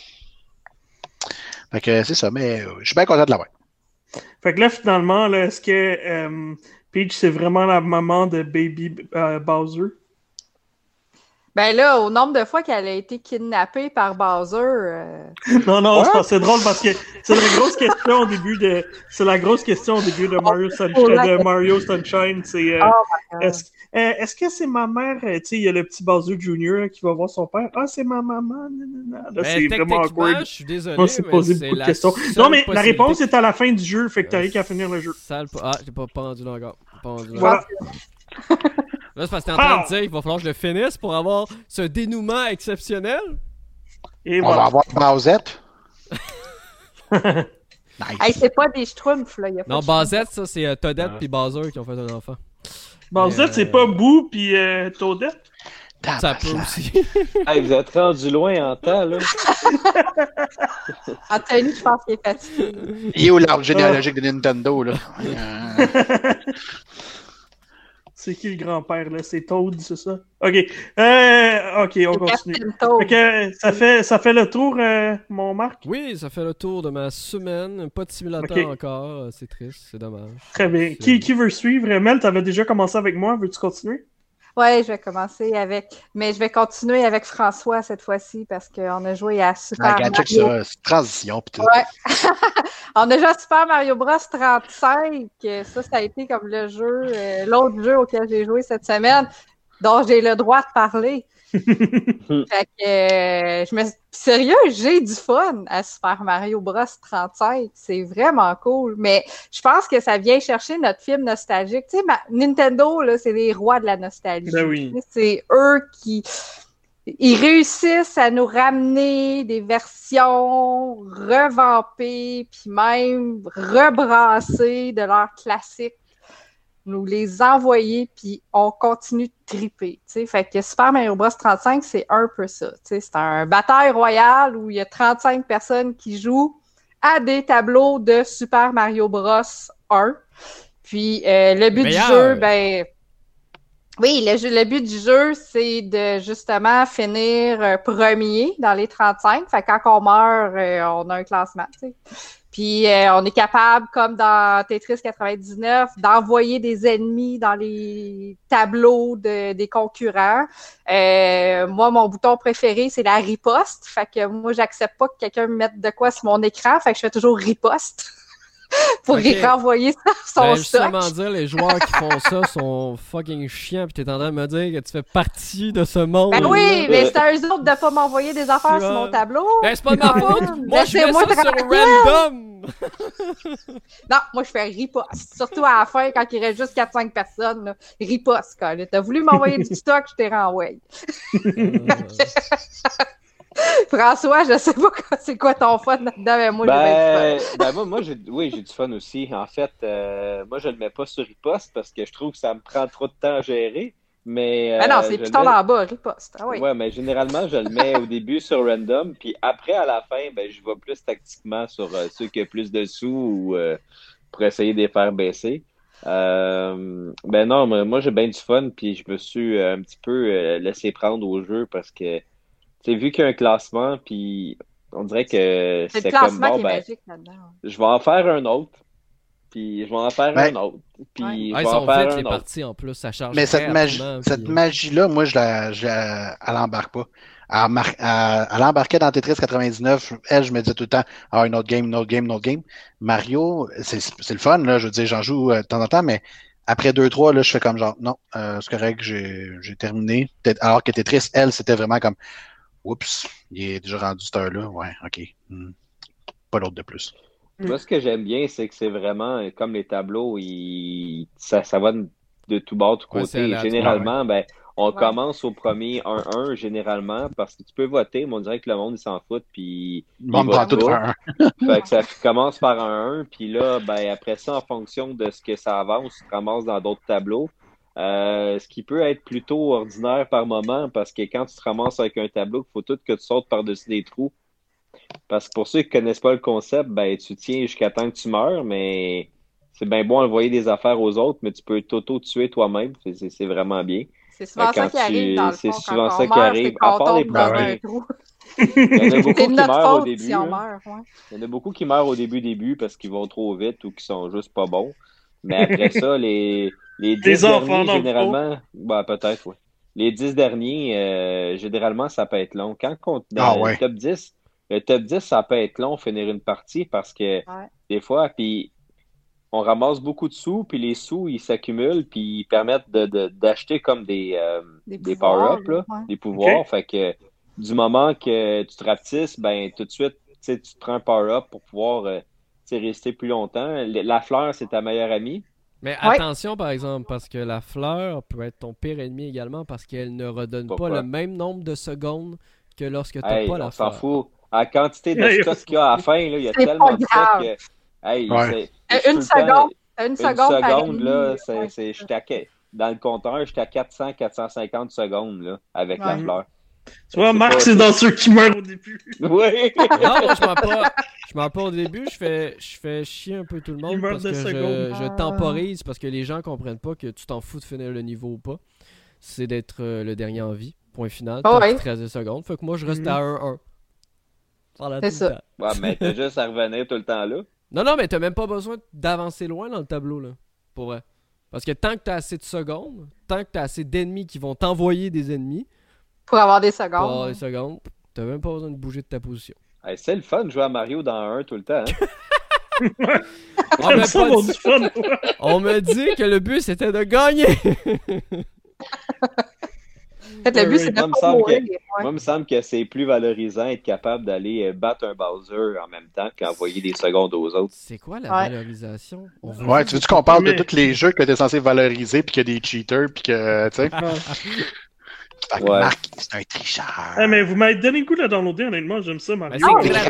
D: Fait que c'est ça, mais je suis bien content de l'avoir.
A: Fait que là, finalement, là, est-ce que Peach, c'est vraiment la maman de Baby Bowser?
C: Ben là, au nombre de fois qu'elle a été kidnappée par Bowser...
A: Non, c'est drôle parce que c'est la grosse question au début de... C'est la grosse question au début de Mario Sunshine. C'est est-ce que c'est ma mère? Tu sais, il y a le petit Bowser Jr. qui va voir son père. Ah, c'est ma maman. Là, c'est vraiment awkward.
B: Je suis désolé.
A: Moi, c'est posé beaucoup de questions. Non, mais la réponse est à la fin du jeu. Fait que t'as rien qu'à finir le jeu.
B: J'ai pas rendu là encore.
A: Voilà.
B: Là, c'est parce que t'es en train de dire qu'il va falloir que je le finisse pour avoir ce dénouement exceptionnel.
A: Et
D: on va avoir Bowsette.
C: Nice. Hey, c'est pas des Schtroumpfs, là.
B: Non, Bowsette, ça, c'est Toadette puis Bowser qui ont fait un enfant.
A: Bowsette, c'est pas Boo pis Toadette?
B: Ça peut aussi.
E: Hey, vous êtes rendu loin en temps, là.
C: Anthony, je pense qu'il est fatigué.
D: Il est où l'arbre généalogique de Nintendo, là?
A: C'est qui le grand-père, là? C'est Toad, c'est ça? OK. OK, on continue. Okay, ça fait le tour, mon Marc?
B: Oui, ça fait le tour de ma semaine. Pas de simulateur encore. C'est triste, c'est dommage.
A: Très bien. Qui veut suivre? Mel, t'avais déjà commencé avec moi. Veux-tu continuer?
C: Oui, je vais commencer mais je vais continuer avec François cette fois-ci parce qu'on a joué à Super Mario.
D: C'est transition, putain.
C: Ouais. On a joué à Super Mario Bros 35. Ça a été comme le jeu, l'autre jeu auquel j'ai joué cette semaine, dont j'ai le droit de parler. Fait que, sérieux, j'ai du fun à Super Mario Bros 35. C'est vraiment cool. Mais je pense que ça vient chercher notre film nostalgique. Tu sais, Nintendo, là, c'est les rois de la nostalgie.
A: Ben oui.
C: C'est eux qui... Ils réussissent à nous ramener des versions revampées, puis même rebrassées de leurs classiques. Nous les envoyer, puis on continue de triper. T'sais. Fait que Super Mario Bros 35, c'est un peu ça. T'sais. C'est un bataille royale où il y a 35 personnes qui jouent à des tableaux de Super Mario Bros 1. Puis le but du jeu, oui, le but du jeu, c'est de justement finir premier dans les 35. Fait que quand on meurt, on a un classement. T'sais. Puis on est capable, comme dans Tetris 99, d'envoyer des ennemis dans les tableaux des concurrents. Moi, mon bouton préféré, c'est la riposte. Fait que moi, j'accepte pas que quelqu'un me mette de quoi sur mon écran. Fait que je fais toujours riposte pour y renvoyer son stock.
B: Justement dire, les joueurs qui font ça sont fucking chiants. Puis t'es en train de me dire que tu fais partie de ce monde.
C: Ben oui, mais c'est à eux autres de pas m'envoyer des affaires sur mon tableau.
B: Ben c'est pas de ma faute. Moi, je mets ça sur random.
C: Non, moi, je fais riposte. Surtout à la fin, quand il reste juste 4-5 personnes. Là. Riposte, quand t'as voulu m'envoyer du stock, je t'ai renvoyé. François, je sais pas c'est quoi ton fun là-dedans, mais moi, j'ai du fun.
E: Moi, j'ai du fun aussi. En fait, moi, je le mets pas sur riposte parce que je trouve que ça me prend trop de temps à gérer. Mais
C: non, c'est piton en bas, riposte. Ah, oui.
E: Ouais, mais généralement, je le mets au début sur random, puis après, à la fin, je vais plus tactiquement sur ceux qui ont plus de sous ou pour essayer de les faire baisser. Non, moi, j'ai bien du fun, puis je me suis un petit peu laissé prendre au jeu parce que tu sais, vu qu'il y a un classement, puis on dirait que
C: c'est comme bon, magique là-dedans.
E: Je vais en faire un autre, puis je vais en faire un autre, puis je vais en faire un autre.
B: Parties en plus, ça charge.
D: Mais cette magie-là, moi, elle embarque pas. Elle embarquait dans Tetris 99. Elle, je me disais tout le temps, une autre game. Mario, c'est le fun, là. Je veux dire, j'en joue de temps en temps, mais après 2-3, là, je fais comme genre, non, c'est correct, j'ai terminé. Alors que Tetris, elle, c'était vraiment comme, oups, il est déjà rendu cette heure-là. Ouais, ok. Pas l'autre de plus.
E: Moi, ce que j'aime bien, c'est que c'est vraiment comme les tableaux, ça va de tout bord, de tout côté. Généralement, on commence au premier 1-1, généralement, parce que tu peux voter, mais on dirait que le monde, il s'en fout, puis il vote pas. Fait que ça commence par 1-1, puis là, après ça, en fonction de ce que ça avance, tu te ramasses dans d'autres tableaux. Ce qui peut être plutôt ordinaire par moment, parce que quand tu te ramasses avec un tableau, il faut tout que tu sautes par-dessus des trous. Parce que pour ceux qui connaissent pas le concept, tu tiens jusqu'à temps que tu meurs, mais c'est bien bon envoyer des affaires aux autres, mais tu peux t'auto-tuer toi-même. C'est vraiment bien.
C: C'est souvent ça qui arrive dans le fond.
E: C'est souvent ça qui arrive, à part les premiers. Il y en a beaucoup qui meurent au début. Il y en a beaucoup qui meurent au début parce qu'ils vont trop vite ou qu'ils sont juste pas bons. Mais après ça, les 10 derniers, généralement, peut-être, oui. Les 10 derniers, généralement, ça peut être long. Quand on dans le top 10, ça peut être long, finir une partie, parce que des fois, puis on ramasse beaucoup de sous, puis les sous, ils s'accumulent, puis ils permettent d'acheter comme des power-ups, des pouvoirs. Fait que du moment que tu te rapetisses, tout de suite, tu te prends un power-up pour pouvoir rester plus longtemps. La fleur, c'est ta meilleure amie.
B: Mais attention, par exemple, parce que la fleur peut être ton pire ennemi également, parce qu'elle ne redonne pas le même nombre de secondes que lorsque tu n'as pas la fleur.
E: On s'en fout. À la quantité de stock qu'il y a à la fin, il y a tellement de stock que...
C: Une seconde,
E: là, je suis taquet. dans le compteur jusqu'à 400-450 secondes là, avec la fleur.
A: Tu vois, Marc, c'est dans ceux qui meurent au début.
E: Oui!
B: Non, moi, je meurs pas au début. Je fais chier un peu tout le monde parce que je temporise, parce que les gens comprennent pas que tu t'en fous de finir le niveau ou pas. C'est d'être le dernier en vie. Point final. Tant qu'il te reste 10 secondes. Fait que moi, je reste à 1-1.
C: C'est ça.
E: Ouais, mais t'as juste à revenir tout le temps là.
B: Non, mais t'as même pas besoin d'avancer loin dans le tableau, là. Pour vrai. Parce que tant que t'as assez de secondes, tant que t'as assez d'ennemis qui vont t'envoyer des ennemis,
C: pour avoir des secondes.
B: T'as même pas besoin de bouger de ta position.
E: Hey, c'est le fun de jouer à Mario dans 1 tout le temps.
A: Hein?
B: On m'a dit que le but c'était de gagner.
C: En fait, le but c'est de pas mourir.
E: Moi, il me semble que c'est plus valorisant être capable d'aller battre un Bowser en même temps qu'envoyer des secondes aux autres.
B: C'est quoi la valorisation?
D: Ouais, tu veux qu'on parle de tous les jeux que t'es censé valoriser puis qu'il y a des cheaters puis que, tu sais... Marc, c'est un tricheur.
A: Mais vous m'avez donné le goût de la downloader, honnêtement, j'aime ça, Mario.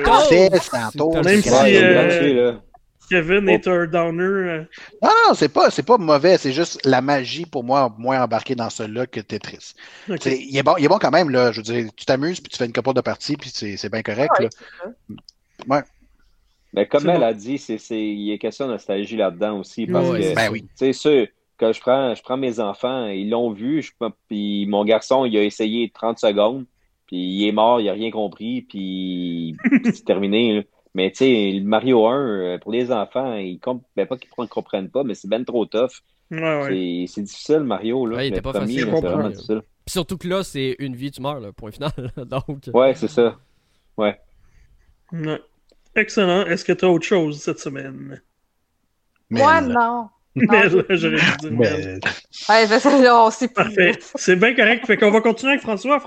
D: Même
A: si Kevin est un downer.
D: Non, c'est pas mauvais, c'est juste la magie pour moi moins embarquée dans celui-là que Tetris. Okay. Il est bon quand même, là. Je veux dire, tu t'amuses puis tu fais une couple de parties puis c'est bien correct.
C: Ouais,
D: là. Ouais.
E: Mais comme elle a dit, il y a question de nostalgie là-dedans aussi. Parce que, tu sais, quand je prends mes enfants, ils l'ont vu, puis mon garçon, il a essayé 30 secondes, puis il est mort, il a rien compris, puis c'est terminé. Là. Mais tu sais, le Mario 1, pour les enfants, pas qu'ils ne comprennent pas, mais c'est ben trop tough.
A: Ouais.
E: C'est difficile, Mario. Là.
B: Ouais, il était pas facile.
E: C'est vraiment difficile.
B: Puis surtout que là, c'est une vie, tu meurs, là, point final. Donc...
E: Ouais, c'est ça. Ouais.
A: Excellent. Est-ce que tu as autre chose cette semaine?
C: Moi, non.
A: Mel, j'aurais dû dire Mel.
C: On sait plus.
A: Parfait. C'est bien correct. Fait qu'on va continuer avec François.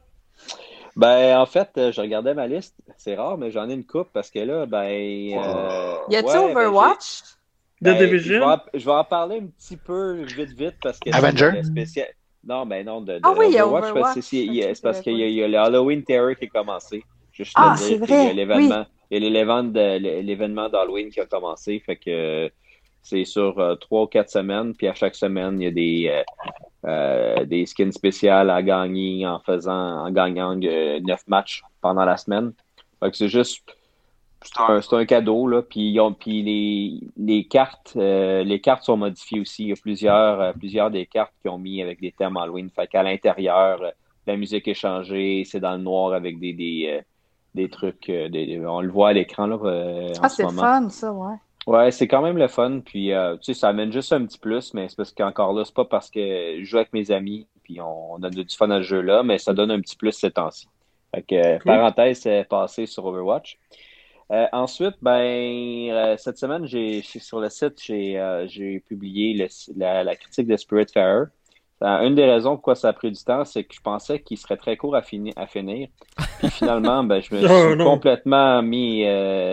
E: Ben, en fait, je regardais ma liste. C'est rare, mais j'en ai une coupe parce que là,
C: y a-t-il Overwatch?
A: The Division?
E: Je vais en parler un petit peu vite parce que
D: Avenger?
E: Spécial. Non, mais non, de
C: oui, il y a
E: Overwatch. C'est parce qu'il y a le Halloween Terror qui a commencé. Juste
C: c'est vrai.
E: Il y a l'événement d'Halloween qui a commencé. Fait que c'est sur 3 ou 4 semaines. Puis à chaque semaine, il y a des skins spéciales à gagner en gagnant 9 matchs pendant la semaine. Fait que c'est juste... C'est un cadeau, là. Puis les cartes sont modifiées aussi. Il y a plusieurs des cartes qui ont mis avec des thèmes Halloween. Fait qu'à l'intérieur, la musique est changée. C'est dans le noir avec des trucs. On le voit à l'écran, là. En ce moment.
C: C'est fun, ça, ouais.
E: Ouais, c'est quand même le fun. Puis, tu sais, ça amène juste un petit plus, mais c'est parce qu'encore là, c'est pas parce que je joue avec mes amis, puis on a du fun à ce jeu-là, mais ça donne un petit plus ces temps-ci. Fait que, parenthèse, c'est passé sur Overwatch. Ensuite, cette semaine, sur le site, j'ai publié la critique de Spiritfarer. Une des raisons pourquoi ça a pris du temps, c'est que je pensais qu'il serait très court à finir. Puis finalement, je me suis complètement mis...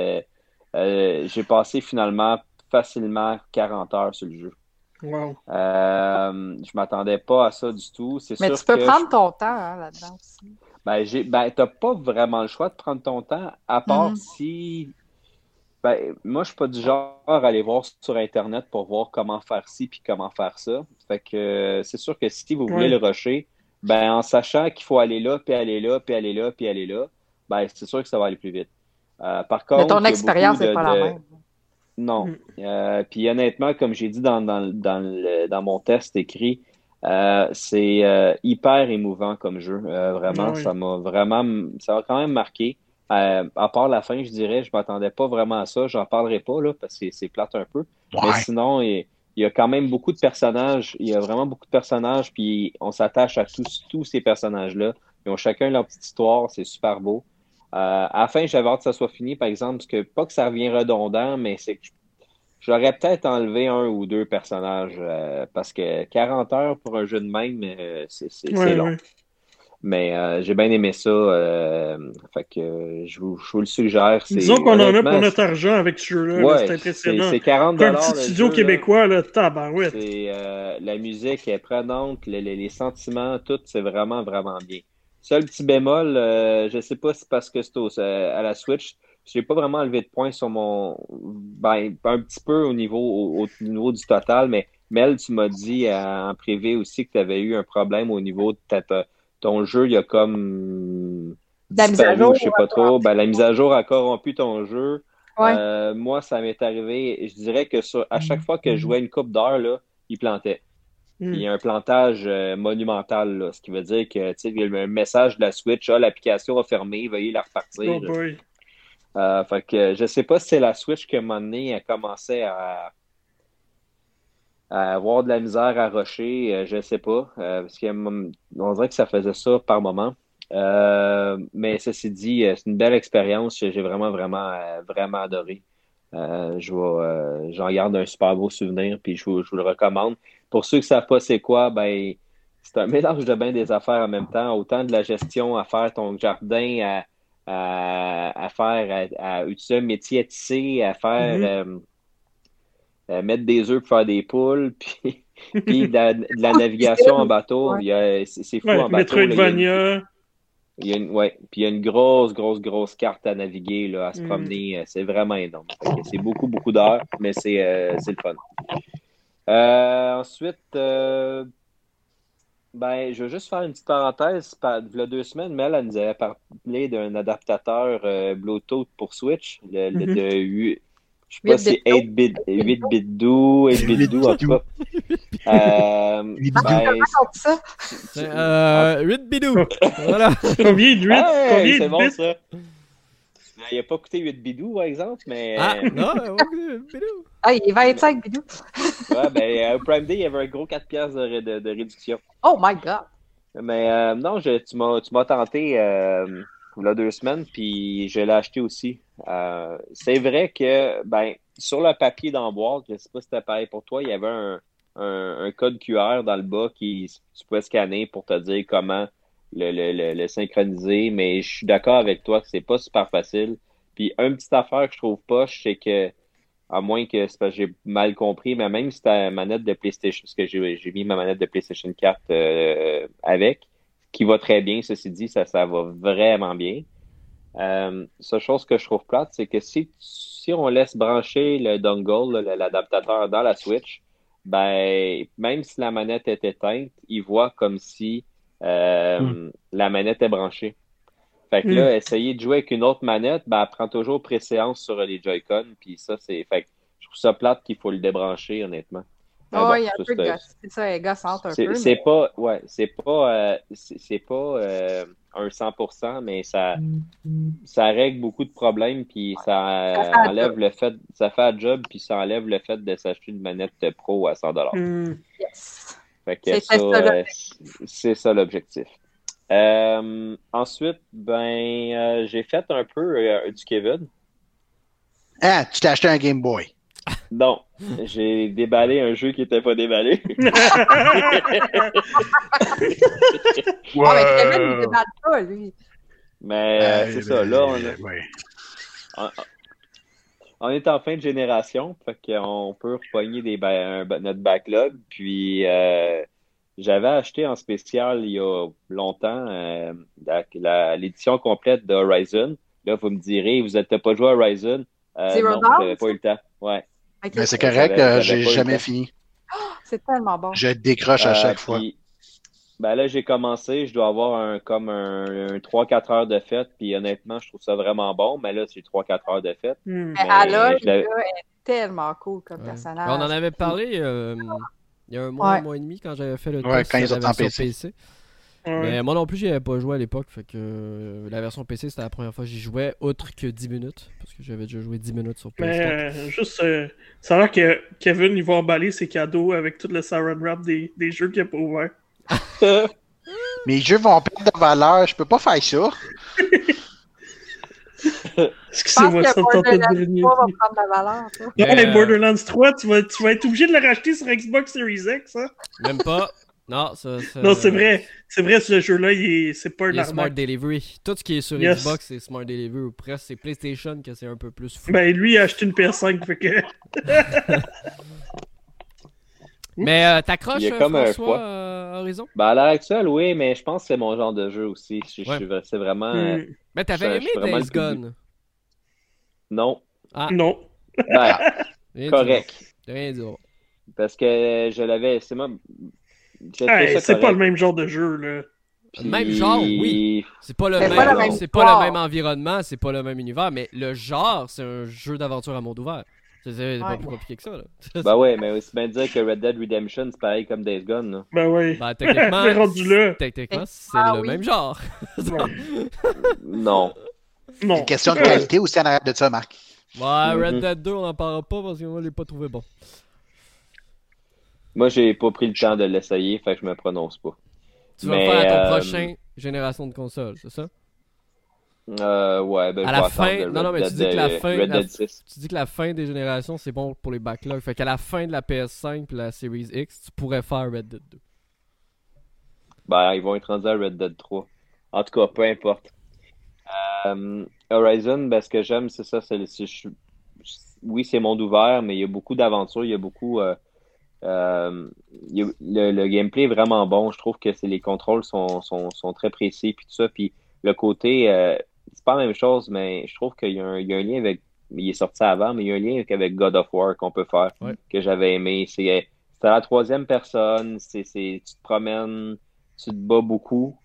E: j'ai passé finalement facilement 40 heures sur le jeu.
A: Wow.
E: Je m'attendais pas à ça du tout.
C: Mais tu peux prendre ton temps là-dedans aussi.
E: T'as pas vraiment le choix de prendre ton temps, à part si... moi, je suis pas du genre à aller voir sur Internet pour voir comment faire ci puis comment faire ça. Fait que c'est sûr que si vous voulez le rusher, en sachant qu'il faut aller là, puis aller là, puis aller là, puis aller là, c'est sûr que ça va aller plus vite. Par contre,
C: mais ton expérience n'est pas la même.
E: Non. Puis honnêtement, comme j'ai dit dans mon test écrit, c'est hyper émouvant comme jeu. Vraiment, ça m'a quand même marqué. À part la fin, je dirais, je m'attendais pas vraiment à ça. J'en parlerai pas là, parce que c'est plate un peu. Ouais. Mais sinon, il y a quand même beaucoup de personnages. Il y a vraiment beaucoup de personnages, puis on s'attache à tous ces personnages-là. Ils ont chacun leur petite histoire. C'est super beau. À la fin, j'avais hâte que ça soit fini, par exemple, parce que pas que ça revient redondant, mais c'est que j'aurais peut-être enlevé 1 ou 2 personnages, parce que 40 heures pour un jeu de même, c'est long. Ouais. Mais j'ai bien aimé ça, fait que je vous le suggère.
A: Disons qu'on en a pour notre argent avec ce jeu-là,
E: ouais,
A: c'est impressionnant.
E: C'est 40$.
A: Un petit studio québécois, là, tabarouette.
E: La musique est prenante, les sentiments, tout, c'est vraiment, vraiment bien. Seul petit bémol, je sais pas si c'est parce que c'est à la Switch, j'ai pas vraiment enlevé de points sur mon... un petit peu au niveau du total, mais Mel, tu m'as dit en privé aussi que tu avais eu un problème au niveau de ton jeu. Il y a comme disparu, je sais pas trop. Ben, la mise à jour a corrompu ton jeu. Ouais. Moi, ça m'est arrivé. Je dirais que à chaque fois que je jouais une coupe d'heure, là, il plantait. Il y a un plantage monumental, là, ce qui veut dire que il y a un message de la Switch, l'application a fermé, veuillez la repartir.
A: Oh boy.
E: Fait que je sais pas si c'est la Switch que mon nez a commencé à avoir de la misère à rusher, je sais pas. Parce qu'on dirait que ça faisait ça par moment. Mais ceci dit, c'est une belle expérience. J'ai vraiment, vraiment, vraiment adoré. J'en garde un super beau souvenir, puis je vous le recommande. Pour ceux qui ne savent pas c'est quoi, ben c'est un mélange de bien des affaires en même temps. Autant de la gestion à faire ton jardin, à faire, à utiliser un métier à tisser, à faire mettre des œufs pour faire des poules, puis de la navigation en bateau. C'est fou en bateau.
A: Metroidvania.
E: Puis il y a une grosse carte à naviguer, là, à se promener. C'est vraiment énorme. C'est beaucoup, beaucoup d'heures, mais c'est le fun. Ensuite, je vais juste faire une petite parenthèse. Il y a 2 semaines, Mel, elle nous avait parlé d'un adaptateur Bluetooth pour Switch, je sais pas si 8-bit-do, 8-bit-do, en tout cas.
B: 8-bidou. Voilà.
A: Combien de 8?
E: Hey, c'est bon, ça. Il n'a pas coûté 8 bidou, par exemple, mais...
B: Ah, non, il n'a pas coûté 8 bidou.
C: Ah, il est 25 bidou.
E: Ouais, ben, au Prime Day, il y avait un gros 4$ de réduction.
C: Oh my God!
E: Mais non, tu m'as tenté il y a 2 semaines, puis je l'ai acheté aussi. C'est vrai que, sur le papier d'emboîte, je ne sais pas si c'était pareil pour toi, il y avait un code QR dans le bas qui tu pouvais scanner pour te dire comment le synchroniser, mais je suis d'accord avec toi que c'est pas super facile. Puis, une petite affaire que je trouve poche, c'est que, à moins que c'est parce que j'ai mal compris, mais même si ta manette de PlayStation, parce que j'ai mis ma manette de PlayStation 4 avec, qui va très bien, ceci dit, ça va vraiment bien. Seule chose que je trouve plate, c'est que si on laisse brancher le dongle, l'adaptateur dans la Switch, même si la manette est éteinte, il voit comme si la manette est branchée. Fait que là, essayer de jouer avec une autre manette, elle prend toujours préséance sur les Joy-Con, puis ça, fait que je trouve ça plate qu'il faut le débrancher, honnêtement.
C: Il y a un peu de gosse. C'est ça, elle gossante un peu.
E: C'est pas un 100%, mais ça règle beaucoup de problèmes, puis ça enlève le fait, ça fait un job, puis ça enlève le fait de s'acheter une manette pro à $100.
C: Yes.
E: Fait que c'est ça l'objectif. Ensuite, j'ai fait un peu du Kevin.
D: Ah, tu t'es acheté un Game Boy.
E: Non, j'ai déballé un jeu qui n'était pas déballé.
C: Mais Kevin, il déballe pas, lui.
E: Mais c'est ça, là, on est en fin de génération, fait qu'on peut repogner notre backlog, puis j'avais acheté en spécial il y a longtemps l'édition complète de Horizon. Là, vous me direz, vous n'êtes pas joué à Horizon? Non, j'avais pas eu le temps. Ouais.
C: Okay.
D: Mais c'est correct, j'ai jamais fini.
C: C'est tellement bon.
D: Je décroche à chaque fois.
E: Là, j'ai commencé, je dois avoir un 3-4 heures de fête, puis honnêtement, je trouve ça vraiment bon, mais là, c'est 3-4 heures de fête.
C: Mais Aloy, le gars est tellement cool comme personnage.
B: On en avait parlé il y a un mois et demi quand j'avais fait le test
D: quand ils
B: de
D: ont
B: la version
D: PC.
B: Mais moi non plus, j'y avais pas joué à l'époque, fait que la version PC, c'était la première fois que j'y jouais, outre que 10 minutes, parce que j'avais déjà joué 10 minutes sur PS4.
A: Mais juste, ça a l'air que Kevin, il va emballer ses cadeaux avec tout le saran wrap des jeux qu'il n'a pas ouverts.
D: Mes jeux vont perdre de valeur, je peux pas faire ça.
A: Excusez-moi, ça me tentait de dire.
C: Va prendre la valeur, ça.
A: Ouais, Borderlands 3, tu vas être obligé de le racheter sur Xbox Series X, hein?
B: Même pas. Non,
A: non, c'est vrai. C'est vrai, ce jeu-là, c'est pas un
B: Smart Delivery. Tout ce qui est sur Xbox, c'est Smart Delivery. Ou presque, c'est PlayStation que c'est un peu plus fou.
A: Lui, il a acheté une PS5, fait que...
B: Mais t'accroches, François, Horizon?
E: À l'heure actuelle, oui, mais je pense que c'est mon genre de jeu aussi. C'est vraiment...
B: Mais t'avais aimé Days Gone?
E: Non.
B: Ah.
A: Non.
E: Correct.
B: Rien dire.
E: Parce que je l'avais. C'est
A: pas le même genre de jeu, là.
B: Puis... Même genre, oui. C'est pas le même environnement, c'est pas le même univers, mais le genre, c'est un jeu d'aventure à monde ouvert. C'est pas plus compliqué que ça, là.
E: Ben ouais, mais aussi bien dire que Red Dead Redemption, c'est pareil comme Days Gone, là.
A: Ben oui.
B: Ben, techniquement, c'est le même genre.
E: Non.
D: Une question de qualité aussi en arrière de ça, Marc.
B: Ouais, Red Dead 2, on n'en parlera pas parce que moi, je l'ai pas trouvé bon.
E: Moi, j'ai pas pris le temps de l'essayer, fait que je me prononce pas.
B: Tu vas faire ton prochain génération de console, c'est ça?
E: Ouais, ben
B: à la fin, mais tu dis que la fin,
E: tu
B: dis que la fin des générations c'est bon pour les backlogs. Fait qu'à la fin de la PS5 et la Series X, tu pourrais faire Red Dead 2.
E: Ben, ils vont être rendus à Red Dead 3. En tout cas, peu importe. Horizon, ben, ce que j'aime, c'est ça. Oui, c'est monde ouvert, mais il y a beaucoup d'aventures. Il y a beaucoup. Le gameplay est vraiment bon. Je trouve que les contrôles sont très précis. Puis tout ça. Puis le côté. C'est pas la même chose, mais je trouve qu'il y a un lien avec. Il est sorti avant, mais il y a un lien avec God of War qu'on peut faire.
B: Ouais.
E: Que j'avais aimé. C'est à la troisième personne. Tu te promènes. Tu te bats beaucoup.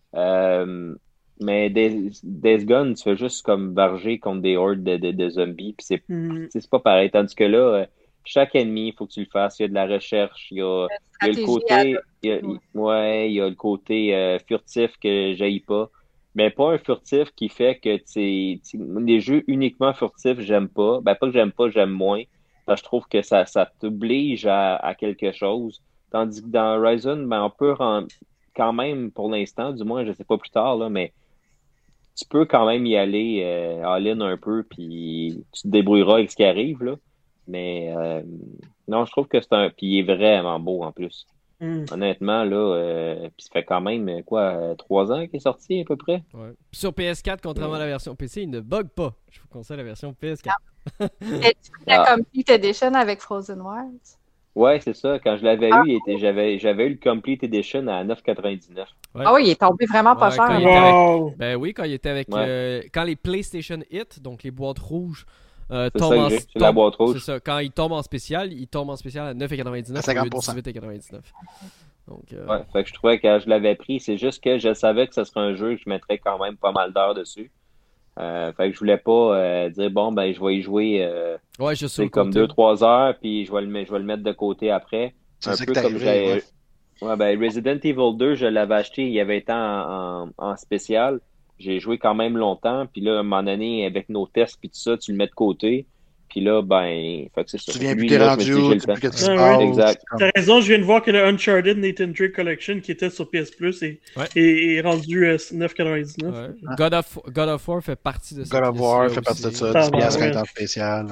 E: Mais Days Gone, tu fais juste comme barger contre des hordes de zombies, puis c'est pas pareil. Tandis que là, chaque ennemi, il faut que tu le fasses. Il y a de la recherche, il y a le côté, il y a le côté furtif que j'haïs pas. Mais pas un furtif qui fait que les jeux uniquement furtifs, j'aime pas. Ben pas que j'aime pas, j'aime moins. Parce que je trouve que ça t'oblige à quelque chose. Tandis que dans Horizon, ben on peut quand même, pour l'instant, du moins, je sais pas plus tard, là, mais tu peux quand même y aller all-in un peu, puis tu te débrouilleras avec ce qui arrive, là. Mais non, je trouve que puis il est vraiment beau en plus. Honnêtement, là, puis ça fait quand même, 3 ans qu'il est sorti à peu près.
B: Ouais. Puis sur PS4, contrairement à la version PC, il ne bug pas. Je vous conseille la version PS4.
C: Est-ce que tu as Complete Edition avec Frozen Wilds?
E: Ouais, c'est ça. Quand je l'avais eu, j'avais eu le Complete Edition à 9,99.
B: Ouais.
C: Ah oui, il est tombé vraiment pas cher.
B: Ben oui, quand il était avec... quand les PlayStation Hit, donc les boîtes rouges,
E: c'est la boîte rouge.
B: C'est ça. Quand il tombe en spécial à 9,99
D: à
B: 18,99. Donc,
E: ouais, fait que je trouvais que je l'avais pris. C'est juste que je savais que ce serait un jeu que je mettrais quand même pas mal d'heures dessus. Fait que je voulais pas dire bon ben je vais y jouer
B: c'est
E: comme 2-3 heures puis je vais le mettre de côté après. Un peu comme Resident Evil 2, je l'avais acheté, il avait été en spécial. J'ai joué quand même longtemps, puis là, à un moment donné, avec nos tests puis tout ça, tu le mets de côté. Puis là, ben, fait que c'est ça.
D: Tu viens plus t'es rendu où, tu plus que
E: exact.
A: T'as raison, je viens de voir que le Uncharted Nathan Drake Collection qui était sur PS Plus est rendu 9,99.
B: Ouais. God of War fait partie de ça.
D: God of War fait partie de ça, 10$ en spécial.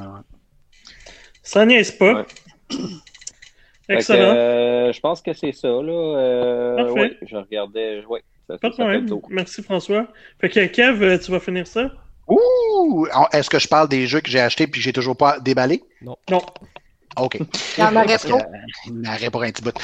A: Ça niaise pas.
E: Ouais.
A: Excellent.
E: Je pense que c'est ça, là. Ouais, je regardais. Ouais,
A: pas de problème. Merci, François. Fait que Kev, tu vas finir ça?
D: Ouh! Est-ce que je parle des jeux que j'ai achetés puis que j'ai toujours pas déballé?
B: Non.
D: OK.
C: Il y en aurait trop.
D: Il en aurait pour un petit bout.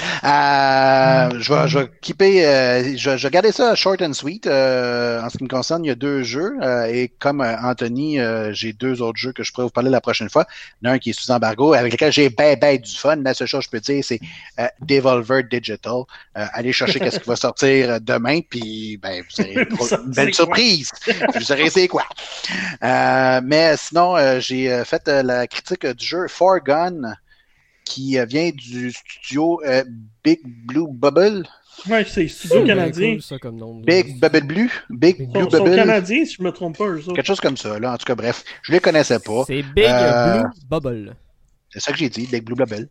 D: Je vais keeper. Je vais garder ça short and sweet. En ce qui me concerne, il y a 2 jeux. Et comme Anthony, j'ai 2 autres jeux que je pourrais vous parler la prochaine fois. Il y en a un qui est sous embargo, avec lequel j'ai ben du fun. La seule chose que je peux dire, c'est Devolver Digital. Allez chercher qu'est-ce qui va sortir demain, puis ben, vous aurez une belle surprise. Vous saurez c'est quoi. Mais sinon, j'ai fait la critique du jeu Forgone, qui vient du studio Big Blue Bubble.
A: Ouais, c'est studio canadien.
B: Cool, ça, comme nom.
D: Big Bubble Blue. Big Blue Bubble.
A: Ils sont canadiens, si je me trompe pas, eux autres.
D: Quelque chose comme ça, là. En tout cas, bref. Je les connaissais pas.
B: C'est Big Blue Bubble.
D: C'est ça que j'ai dit, Big Blue Bubble.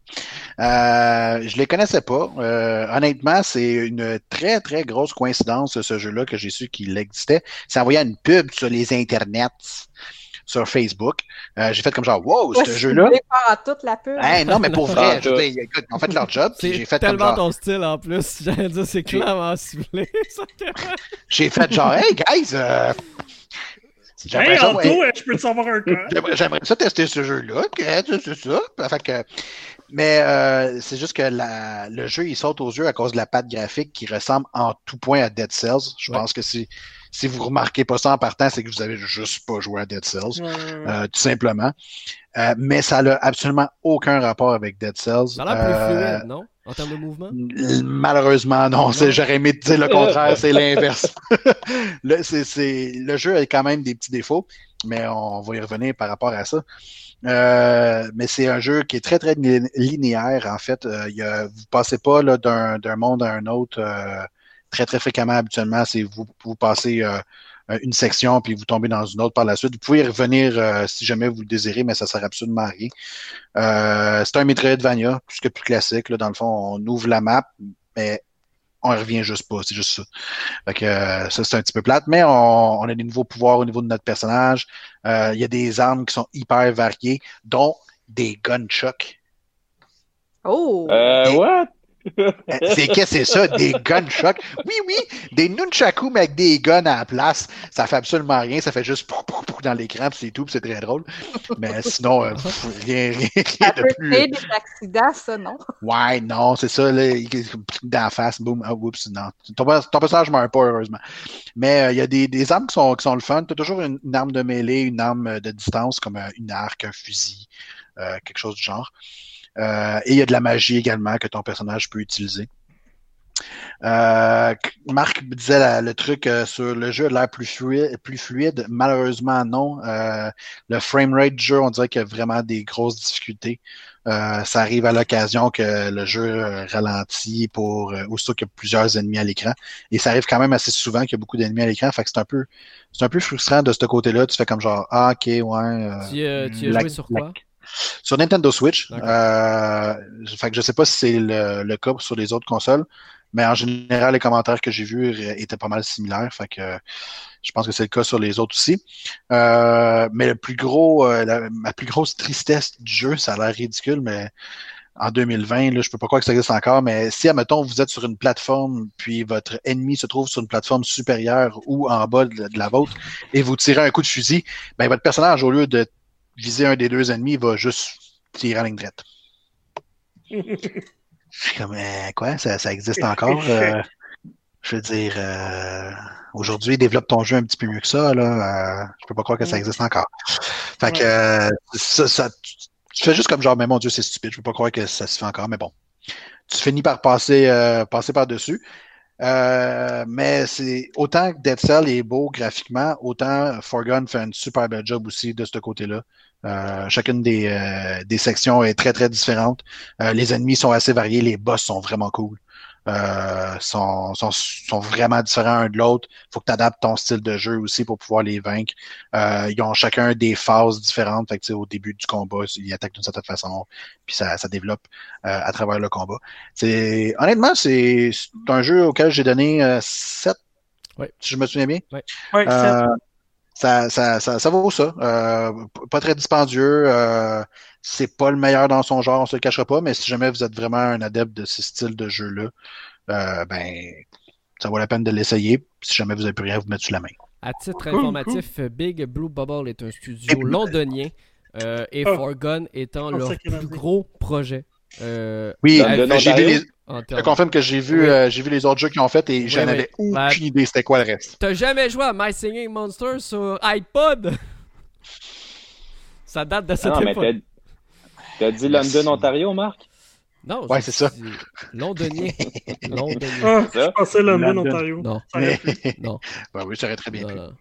D: Je les connaissais pas. Honnêtement, c'est une très, très grosse coïncidence, ce jeu-là, que j'ai su qu'il existait. C'est envoyé une pub sur les internets, sur Facebook. J'ai fait comme genre, wow, ce jeu-là.
C: À toute la pub.
D: Non, mais pour vrai, je veux dire, écoute, ils ont fait leur job.
B: C'est
D: j'ai fait
B: tellement
D: comme genre,
B: ton style en plus. J'allais dire, c'est clairement ciblé.
D: j'ai fait genre, hey, guys,
A: hey, Anto, je peux te savoir un cas.
D: J'aimerais ça tester ce jeu-là. C'est ça. Fait que, mais c'est juste que le jeu, il saute aux yeux à cause de la patte graphique qui ressemble en tout point à Dead Cells. Je pense que Si vous remarquez pas ça en partant, c'est que vous avez juste pas joué à Dead Cells, tout simplement. Mais ça n'a absolument aucun rapport avec Dead Cells.
B: Ça a l'air plus fluide, non? En termes de mouvement?
D: Malheureusement, non. J'aurais aimé te dire le contraire, c'est l'inverse. Le jeu a quand même des petits défauts, mais on va y revenir par rapport à ça. Mais c'est un jeu qui est très, très linéaire, en fait. Vous passez pas là, d'un monde à un autre très, très fréquemment habituellement. C'est vous passez une section puis vous tombez dans une autre par la suite. Vous pouvez y revenir si jamais vous le désirez, mais ça sert absolument à rien. C'est un Metroidvania, plus que plus classique. Là, dans le fond, on ouvre la map, mais on ne revient juste pas, c'est juste ça. Fait que, ça, c'est un petit peu plate, mais on a des nouveaux pouvoirs au niveau de notre personnage. Il y a des armes qui sont hyper variées, dont des gunchucks.
C: Oh!
E: What?
D: Qu'est-ce que c'est ça? Des gunchucks? Oui, des nunchakus, mais avec des guns à la place. Ça fait absolument rien. Ça fait juste dans l'écran, puis c'est tout, puis c'est très drôle. Mais sinon, rien
C: ça
D: de
C: peut
D: plus.
C: créer des accidents, ça, non?
D: Ouais, non, c'est ça. Là, d'en face, boum, oups, non. Ton personnage meurt pas, heureusement. Mais il y a des armes qui sont le fun. Tu as toujours une arme de mêlée, une arme de distance, comme une arc, un fusil, quelque chose du genre. Et il y a de la magie également que ton personnage peut utiliser. Marc disait le truc sur le jeu a l'air plus fluide. Malheureusement, non. Le framerate du jeu, on dirait qu'il y a vraiment des grosses difficultés. Ça arrive à l'occasion que le jeu ralentit pour aussitôt qu'il y a plusieurs ennemis à l'écran. Et ça arrive quand même assez souvent qu'il y a beaucoup d'ennemis à l'écran. Fait que c'est un peu frustrant de ce côté-là. Tu fais comme genre, ok, ouais.
B: Tu as joué sur quoi?
D: Sur Nintendo Switch. Fait que je sais pas si c'est le cas sur les autres consoles, mais en général, les commentaires que j'ai vus étaient pas mal similaires. Fait que je pense que c'est le cas sur les autres aussi. Mais ma plus grosse tristesse du jeu, ça a l'air ridicule, mais en 2020, là, je peux pas croire que ça existe encore, mais si, admettons, vous êtes sur une plateforme, puis votre ennemi se trouve sur une plateforme supérieure ou en bas de la vôtre, et vous tirez un coup de fusil, ben votre personnage, au lieu de viser un des deux ennemis, il va juste tirer en ligne droite. Je suis comme, quoi? Ça existe encore? Je veux dire, aujourd'hui, développe ton jeu un petit peu mieux que ça, là. Je peux pas croire que ça existe encore. Fait que, tu fais juste comme genre, mais mon Dieu, c'est stupide. Je peux pas croire que ça se fait encore, mais bon. Tu finis par passer par-dessus. Mais c'est autant que Dead Cell est beau graphiquement, autant Forgone fait un super bel job aussi de ce côté-là. Chacune des sections est très très différente. Les ennemis sont assez variés, les boss sont vraiment cool. Sont vraiment différents un de l'autre. Faut que tu adaptes ton style de jeu aussi pour pouvoir les vaincre. Ils ont chacun des phases différentes. Fait que, au début du combat, ils attaquent d'une certaine façon, puis ça développe à travers le combat. Honnêtement, c'est un jeu auquel j'ai donné 7, si je me souviens bien.
A: Ouais, 7.
D: Ça vaut ça. Pas très dispendieux. C'est pas le meilleur dans son genre, on se le cachera pas, mais si jamais vous êtes vraiment un adepte de ce style de jeu-là, ça vaut la peine de l'essayer. Si jamais vous n'avez plus rien à vous mettre sous la main.
B: À titre informatif, Big Blue Bubble est un studio londonien et Forgone étant leur plus gros projet.
D: Oui, je confirme que j'ai vu les autres jeux qu'ils ont fait et j'en avais aucune idée c'était quoi le reste.
B: T'as jamais joué à My Singing Monsters sur iPod? Ça date de cette époque.
E: Mais t'as dit London, Ontario, Marc?
B: Non,
D: c'est ça.
B: Londonien.
A: Je pensais London, Ontario.
B: Non.
D: Non. Ben oui, ça aurait très bien pu. Non.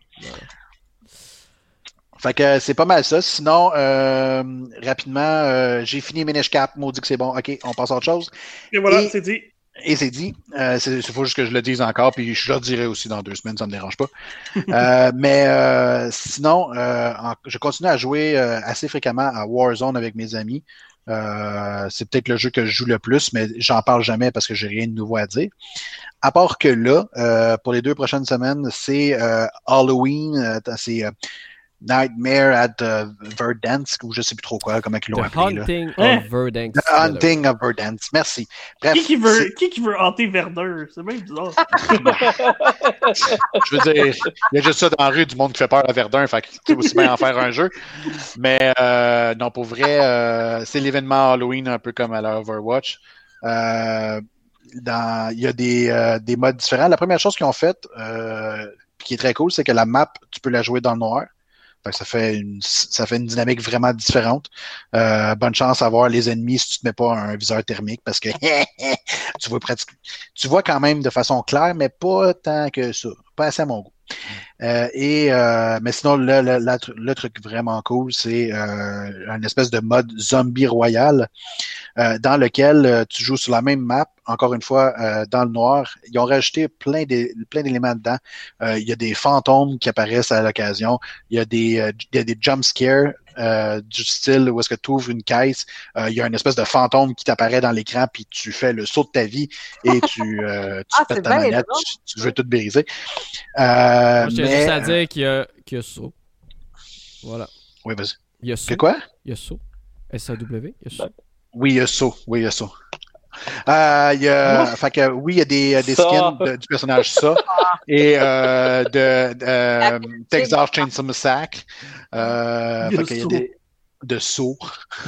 D: Fait que c'est pas mal ça. Sinon, rapidement, j'ai fini Minish Cap, maudit que c'est bon. OK, on passe à autre chose.
A: Et voilà, c'est dit.
D: Et c'est dit. Il faut juste que je le dise encore, puis je le dirai aussi dans 2 semaines, ça me dérange pas. Mais sinon, je continue à jouer assez fréquemment à Warzone avec mes amis. C'est peut-être le jeu que je joue le plus, mais j'en parle jamais parce que j'ai rien de nouveau à dire. À part que là, pour les 2 prochaines semaines, c'est Halloween, c'est Nightmare at Verdansk, ou je sais plus trop quoi, comment ils l'ont appelé.
B: Hunting of Verdansk.
D: The Hunting of Verdansk, merci. Bref,
A: qui veut hanter Verdun? C'est même bizarre.
D: Je veux dire, il y a juste ça dans la rue du monde qui fait peur à Verdun, fait que tu peux aussi bien en faire un jeu. Mais non, pour vrai, c'est l'événement Halloween un peu comme à la Overwatch. Il y a des modes différents. La première chose qu'ils ont faite, qui est très cool, c'est que la map, tu peux la jouer dans le noir. Ça fait une dynamique vraiment différente. Bonne chance à voir les ennemis si tu te mets pas un viseur thermique parce que tu vois quand même de façon claire, mais pas tant que ça. Pas assez à mon goût. Mais sinon, le truc vraiment cool, c'est une espèce de mode zombie royal dans lequel tu joues sur la même map, encore une fois, dans le noir. Ils ont rajouté plein d'éléments dedans. Il y a des fantômes qui apparaissent à l'occasion. Il y a des jump scares du style où est-ce que tu ouvres une caisse, il y a une espèce de fantôme qui t'apparaît dans l'écran, puis tu fais le saut de ta vie et tu pètes ta manette, tu veux tout briser.
B: Moi, j'ai juste à dire qu'il y a saut. Voilà.
D: Oui, vas-y.
B: Il y a saut.
D: Que quoi?
B: Il y a saut. S-A-W, il y a saut.
D: Oui, il y a saut. Fait que oui, il y a des skins du personnage ça et de Texas Chainsaw Massacre. Fait qu'il y a de saut.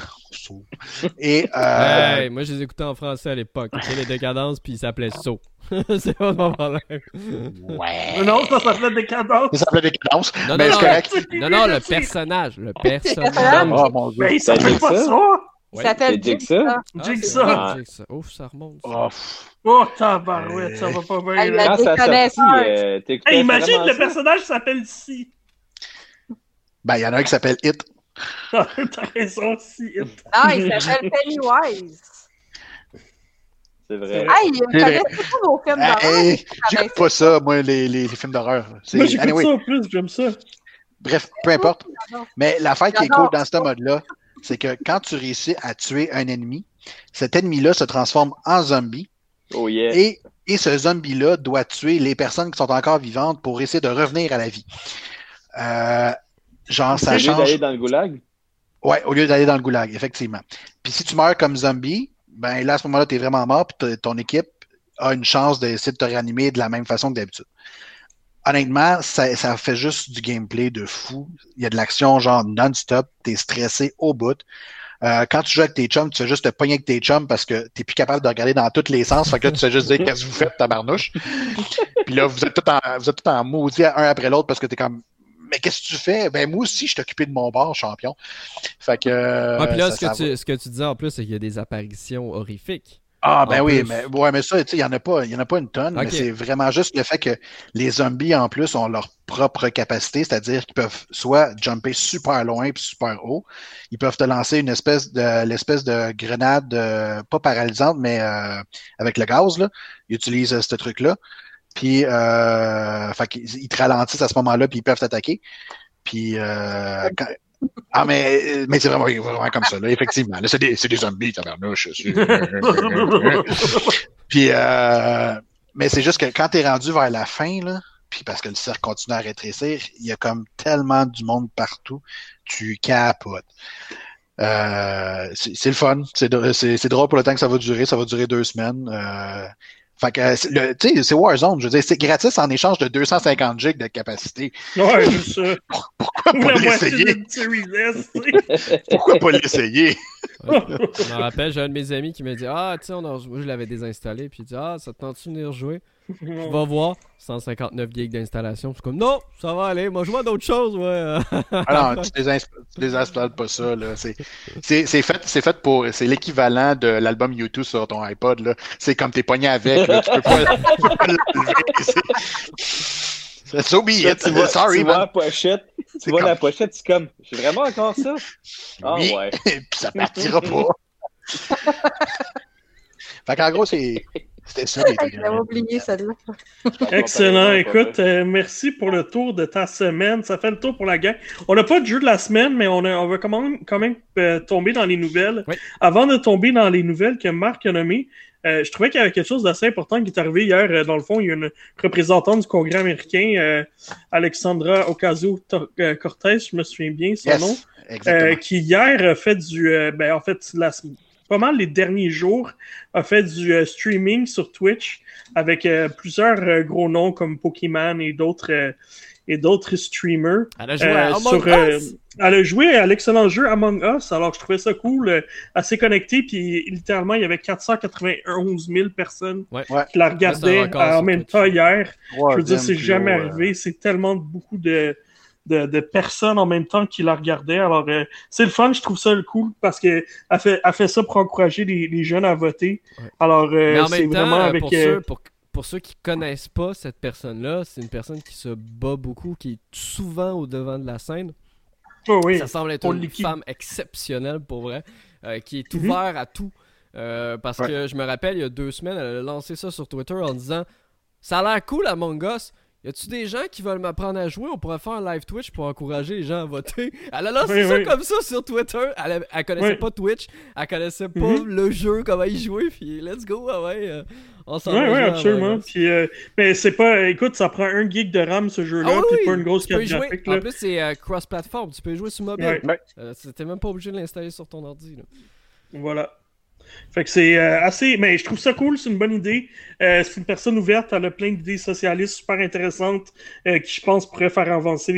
D: Et
B: hey, moi je les écoutais en français à l'époque. C'était les décadences puis ils s'appelaient saut. C'est pas mon problème.
D: Ouais.
A: Non, ça s'appelait décadence.
D: Ça s'appelait décadence.
B: Non, le personnage. Le personnage.
D: Oh mon Dieu.
A: Mais ça s'appelle pas ça.
C: Il s'appelle Jigsaw.
A: Jigsaw.
B: Ouf, ça remonte.
A: Oh, tabarouette, ça va pas bien.
C: Quand ça
A: sortit, imagine le personnage s'appelle Si.
D: Ben, il y en a un qui s'appelle Hit.
A: T'as raison, Si, Hit.
C: Non, il s'appelle Pennywise.
E: C'est vrai.
C: Hey, connais pas vos films d'horreur?
D: J'écoute pas ça, moi, les films d'horreur.
A: Moi, j'écoute ça en plus, j'aime ça.
D: Bref, peu importe. Mais l'affaire qui est cool dans ce mode-là, c'est que quand tu réussis à tuer un ennemi, cet ennemi-là se transforme en zombie.
E: Oh yeah.
D: Et ce zombie-là doit tuer les personnes qui sont encore vivantes pour essayer de revenir à la vie. Genre, ça change.
E: Au lieu d'aller dans le goulag?
D: Ouais, au lieu d'aller dans le goulag, effectivement. Puis si tu meurs comme zombie, ben là, à ce moment-là, tu es vraiment mort, puis ton équipe a une chance d'essayer de te réanimer de la même façon que d'habitude. Honnêtement, ça fait juste du gameplay de fou. Il y a de l'action genre non-stop, t'es stressé au bout. Quand tu joues avec tes chums, tu fais juste te pogner avec tes chums parce que t'es plus capable de regarder dans tous les sens. Fait que là, tu fais juste dire qu'est-ce que vous faites, tabarnouche. Puis là, vous êtes tout en maudit un après l'autre parce que t'es comme mais qu'est-ce que tu fais? Ben moi aussi, je suis occupé de mon bord, champion. Fait que.
B: Puis là, ce que tu disais en plus, c'est qu'il y a des apparitions horrifiques.
D: Ah ben oui, mais ça, tu sais, il y en a pas une tonne, okay. Mais c'est vraiment juste le fait que les zombies en plus ont leur propre capacité, c'est-à-dire qu'ils peuvent soit jumper super loin puis super haut, ils peuvent te lancer l'espèce de grenade pas paralysante, mais avec le gaz là, ils utilisent ce truc-là, puis fait qu'ils te ralentissent à ce moment-là puis ils peuvent t'attaquer, puis Ah, mais c'est vraiment comme ça, là, effectivement. Là, c'est des zombies, tabarnouche. Puis, mais c'est juste que quand t'es rendu vers la fin, là, puis parce que le cercle continue à rétrécir, il y a comme tellement du monde partout, tu capotes. C'est le fun. C'est drôle pour le temps que ça va durer. Ça va durer 2 semaines. Fait que, tu sais, c'est Warzone. Je veux dire, c'est gratis en échange de 250 gigs de capacité.
A: Ouais, c'est ça.
D: Pourquoi pas l'essayer? Pourquoi pas l'essayer?
B: Ouais, je me rappelle, j'ai un de mes amis qui m'a dit ah, tu sais, moi je l'avais désinstallé. Puis il dit ah, ça te tente-tu de venir jouer? Je vais voir. 159 gigs d'installation. C'est comme non, ça va aller. Moi, je vois d'autres choses. Ouais.
D: Ah non, tu désinstalles pas ça. Là. C'est fait pour. C'est l'équivalent de l'album U2 sur ton iPod. Là. C'est comme t'es pogné avec. Là, tu peux pas l'enlever. C'est so be it.
E: Tu vois la pochette. Tu vois la pochette, c'est comme j'ai vraiment encore ça? Ah
D: oui,
E: ouais.
D: Puis ça partira pas. Fait qu'en gros, c'était ça.
C: J'avais oublié celle-là.
A: Excellent. Écoute, merci pour le tour de ta semaine. Ça fait le tour pour la gang. On n'a pas de jeu de la semaine, mais on va quand même tomber dans les nouvelles. Oui. Avant de tomber dans les nouvelles que Marc a nommées, je trouvais qu'il y avait quelque chose d'assez important qui est arrivé hier. Dans le fond, il y a une représentante du Congrès américain, Alexandra Ocasio-Cortez, je me souviens bien son nom, qui hier a fait pas mal les derniers jours, a fait du streaming sur Twitch avec plusieurs gros noms comme Pokémon et d'autres streamers.
B: Elle a joué à Among Us!
A: Elle a joué à l'excellent jeu Among Us, alors je trouvais ça cool, assez connecté, puis littéralement, il y avait 491 000 personnes qui la regardaient en même temps hier. Je veux dire, c'est jamais arrivé, c'est tellement beaucoup de personnes en même temps qui la regardaient. Alors, c'est le fun, je trouve ça cool parce qu'elle fait ça pour encourager les jeunes à voter. Ouais. Alors, c'est vraiment avec...
B: Pour ceux qui connaissent pas cette personne-là, c'est une personne qui se bat beaucoup, qui est souvent au devant de la scène.
A: Oh oui.
B: Ça semble être une femme exceptionnelle pour vrai, qui est ouverte à tout. Parce que je me rappelle, il y a 2 semaines, elle a lancé ça sur Twitter en disant « Ça a l'air cool Among Us. Y a-tu des gens qui veulent m'apprendre à jouer? On pourrait faire un live Twitch pour encourager les gens à voter. » Elle a lancé ça comme ça sur Twitter. Elle connaissait pas Twitch. Elle connaissait pas le jeu, comment y jouer. Puis let's go, on s'en va.
A: Oui, absolument. Puis, mais c'est pas... Écoute, ça prend 1 gig de RAM, ce jeu-là. Puis pas une grosse carte graphique.
B: En plus, c'est cross-platform. Tu peux jouer sur mobile. T'es même pas obligé de l'installer sur ton ordi. Là.
A: Voilà. Fait que c'est assez... Mais je trouve ça cool, c'est une bonne idée. C'est une personne ouverte, elle a plein d'idées socialistes super intéressantes qui, je pense, pourraient faire avancer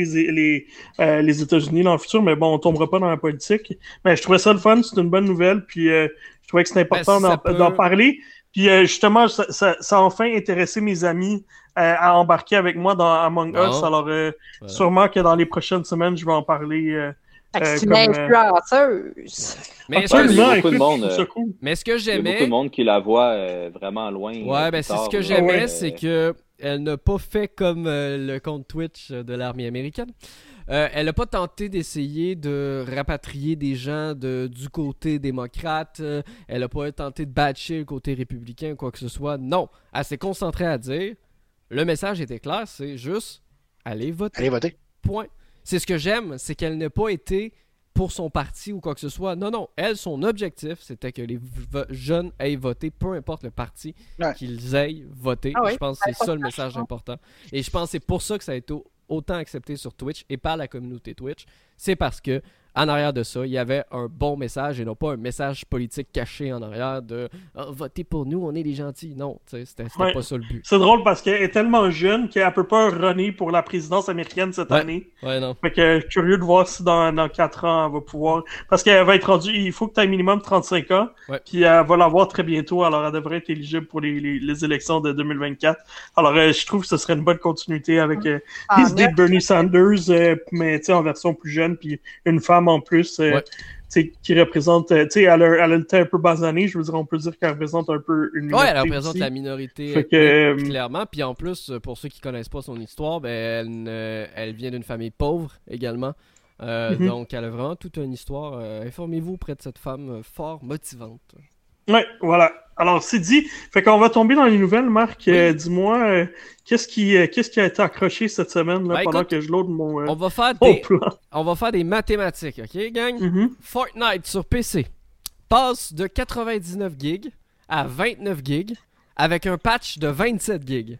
A: les États-Unis dans le futur. Mais bon, on tombera pas dans la politique. Mais je trouvais ça le fun, c'est une bonne nouvelle. Puis je trouvais que c'est important d'en parler. Puis justement, ça a enfin intéressé mes amis à embarquer avec moi dans Among Us. Alors, sûrement que dans les prochaines semaines, je vais en parler...
C: c'est une influenceuse.
B: Mais
E: il y a beaucoup de monde.
B: Mais ce que j'aimais.
E: Il y a beaucoup de monde qui la voit vraiment loin.
B: Ouais, ben c'est ce que j'aimais, c'est que elle n'a pas fait comme le compte Twitch de l'armée américaine. Elle n'a pas tenté d'essayer de rapatrier des gens du côté démocrate. Elle n'a pas tenté de batcher le côté républicain ou quoi que ce soit. Non, elle s'est concentrée à dire le message était clair, c'est juste allez voter.
D: Allez voter.
B: Point. C'est ce que j'aime, c'est qu'elle n'a pas été pour son parti ou quoi que ce soit. Non. Elle, son objectif, c'était que les jeunes aient voté, peu importe le parti qu'ils aient voté. Je pense que c'est ça le message important. Et je pense que c'est pour ça que ça a été autant accepté sur Twitch et par la communauté Twitch. C'est parce que en arrière de ça, il y avait un bon message et non pas un message politique caché en arrière de votez pour nous, on est les gentils. Non, c'était pas ça le but.
A: C'est drôle parce qu'elle est tellement jeune qu'elle peut pas runner pour la présidence américaine cette année.
B: Ouais, non.
A: Fait que curieux de voir si dans 4 ans elle va pouvoir. Parce qu'elle va être rendue, il faut que tu aies minimum 35 ans. Ouais. Puis elle va l'avoir très bientôt, alors elle devrait être éligible pour les élections de 2024. Alors je trouve que ce serait une bonne continuité avec les idées de Bernie Sanders, mais en version plus jeune, puis une femme en plus qui représente, elle a le temps un peu basané, je veux dire, on peut dire qu'elle représente un peu une minorité.
B: Ouais, elle représente la minorité clairement, puis en plus, pour ceux qui connaissent pas son histoire, elle vient d'une famille pauvre également, donc elle a vraiment toute une histoire. Informez-vous auprès de cette femme fort motivante.
A: Ouais, voilà. Alors, c'est dit. Fait qu'on va tomber dans les nouvelles, Marc. Dis-moi, qu'est-ce qui a été accroché cette semaine là, pendant que je load mon
B: on va faire des mathématiques, OK, gang? Fortnite sur PC passe de 99 gigs à 29 gigs avec un patch de 27 gigs.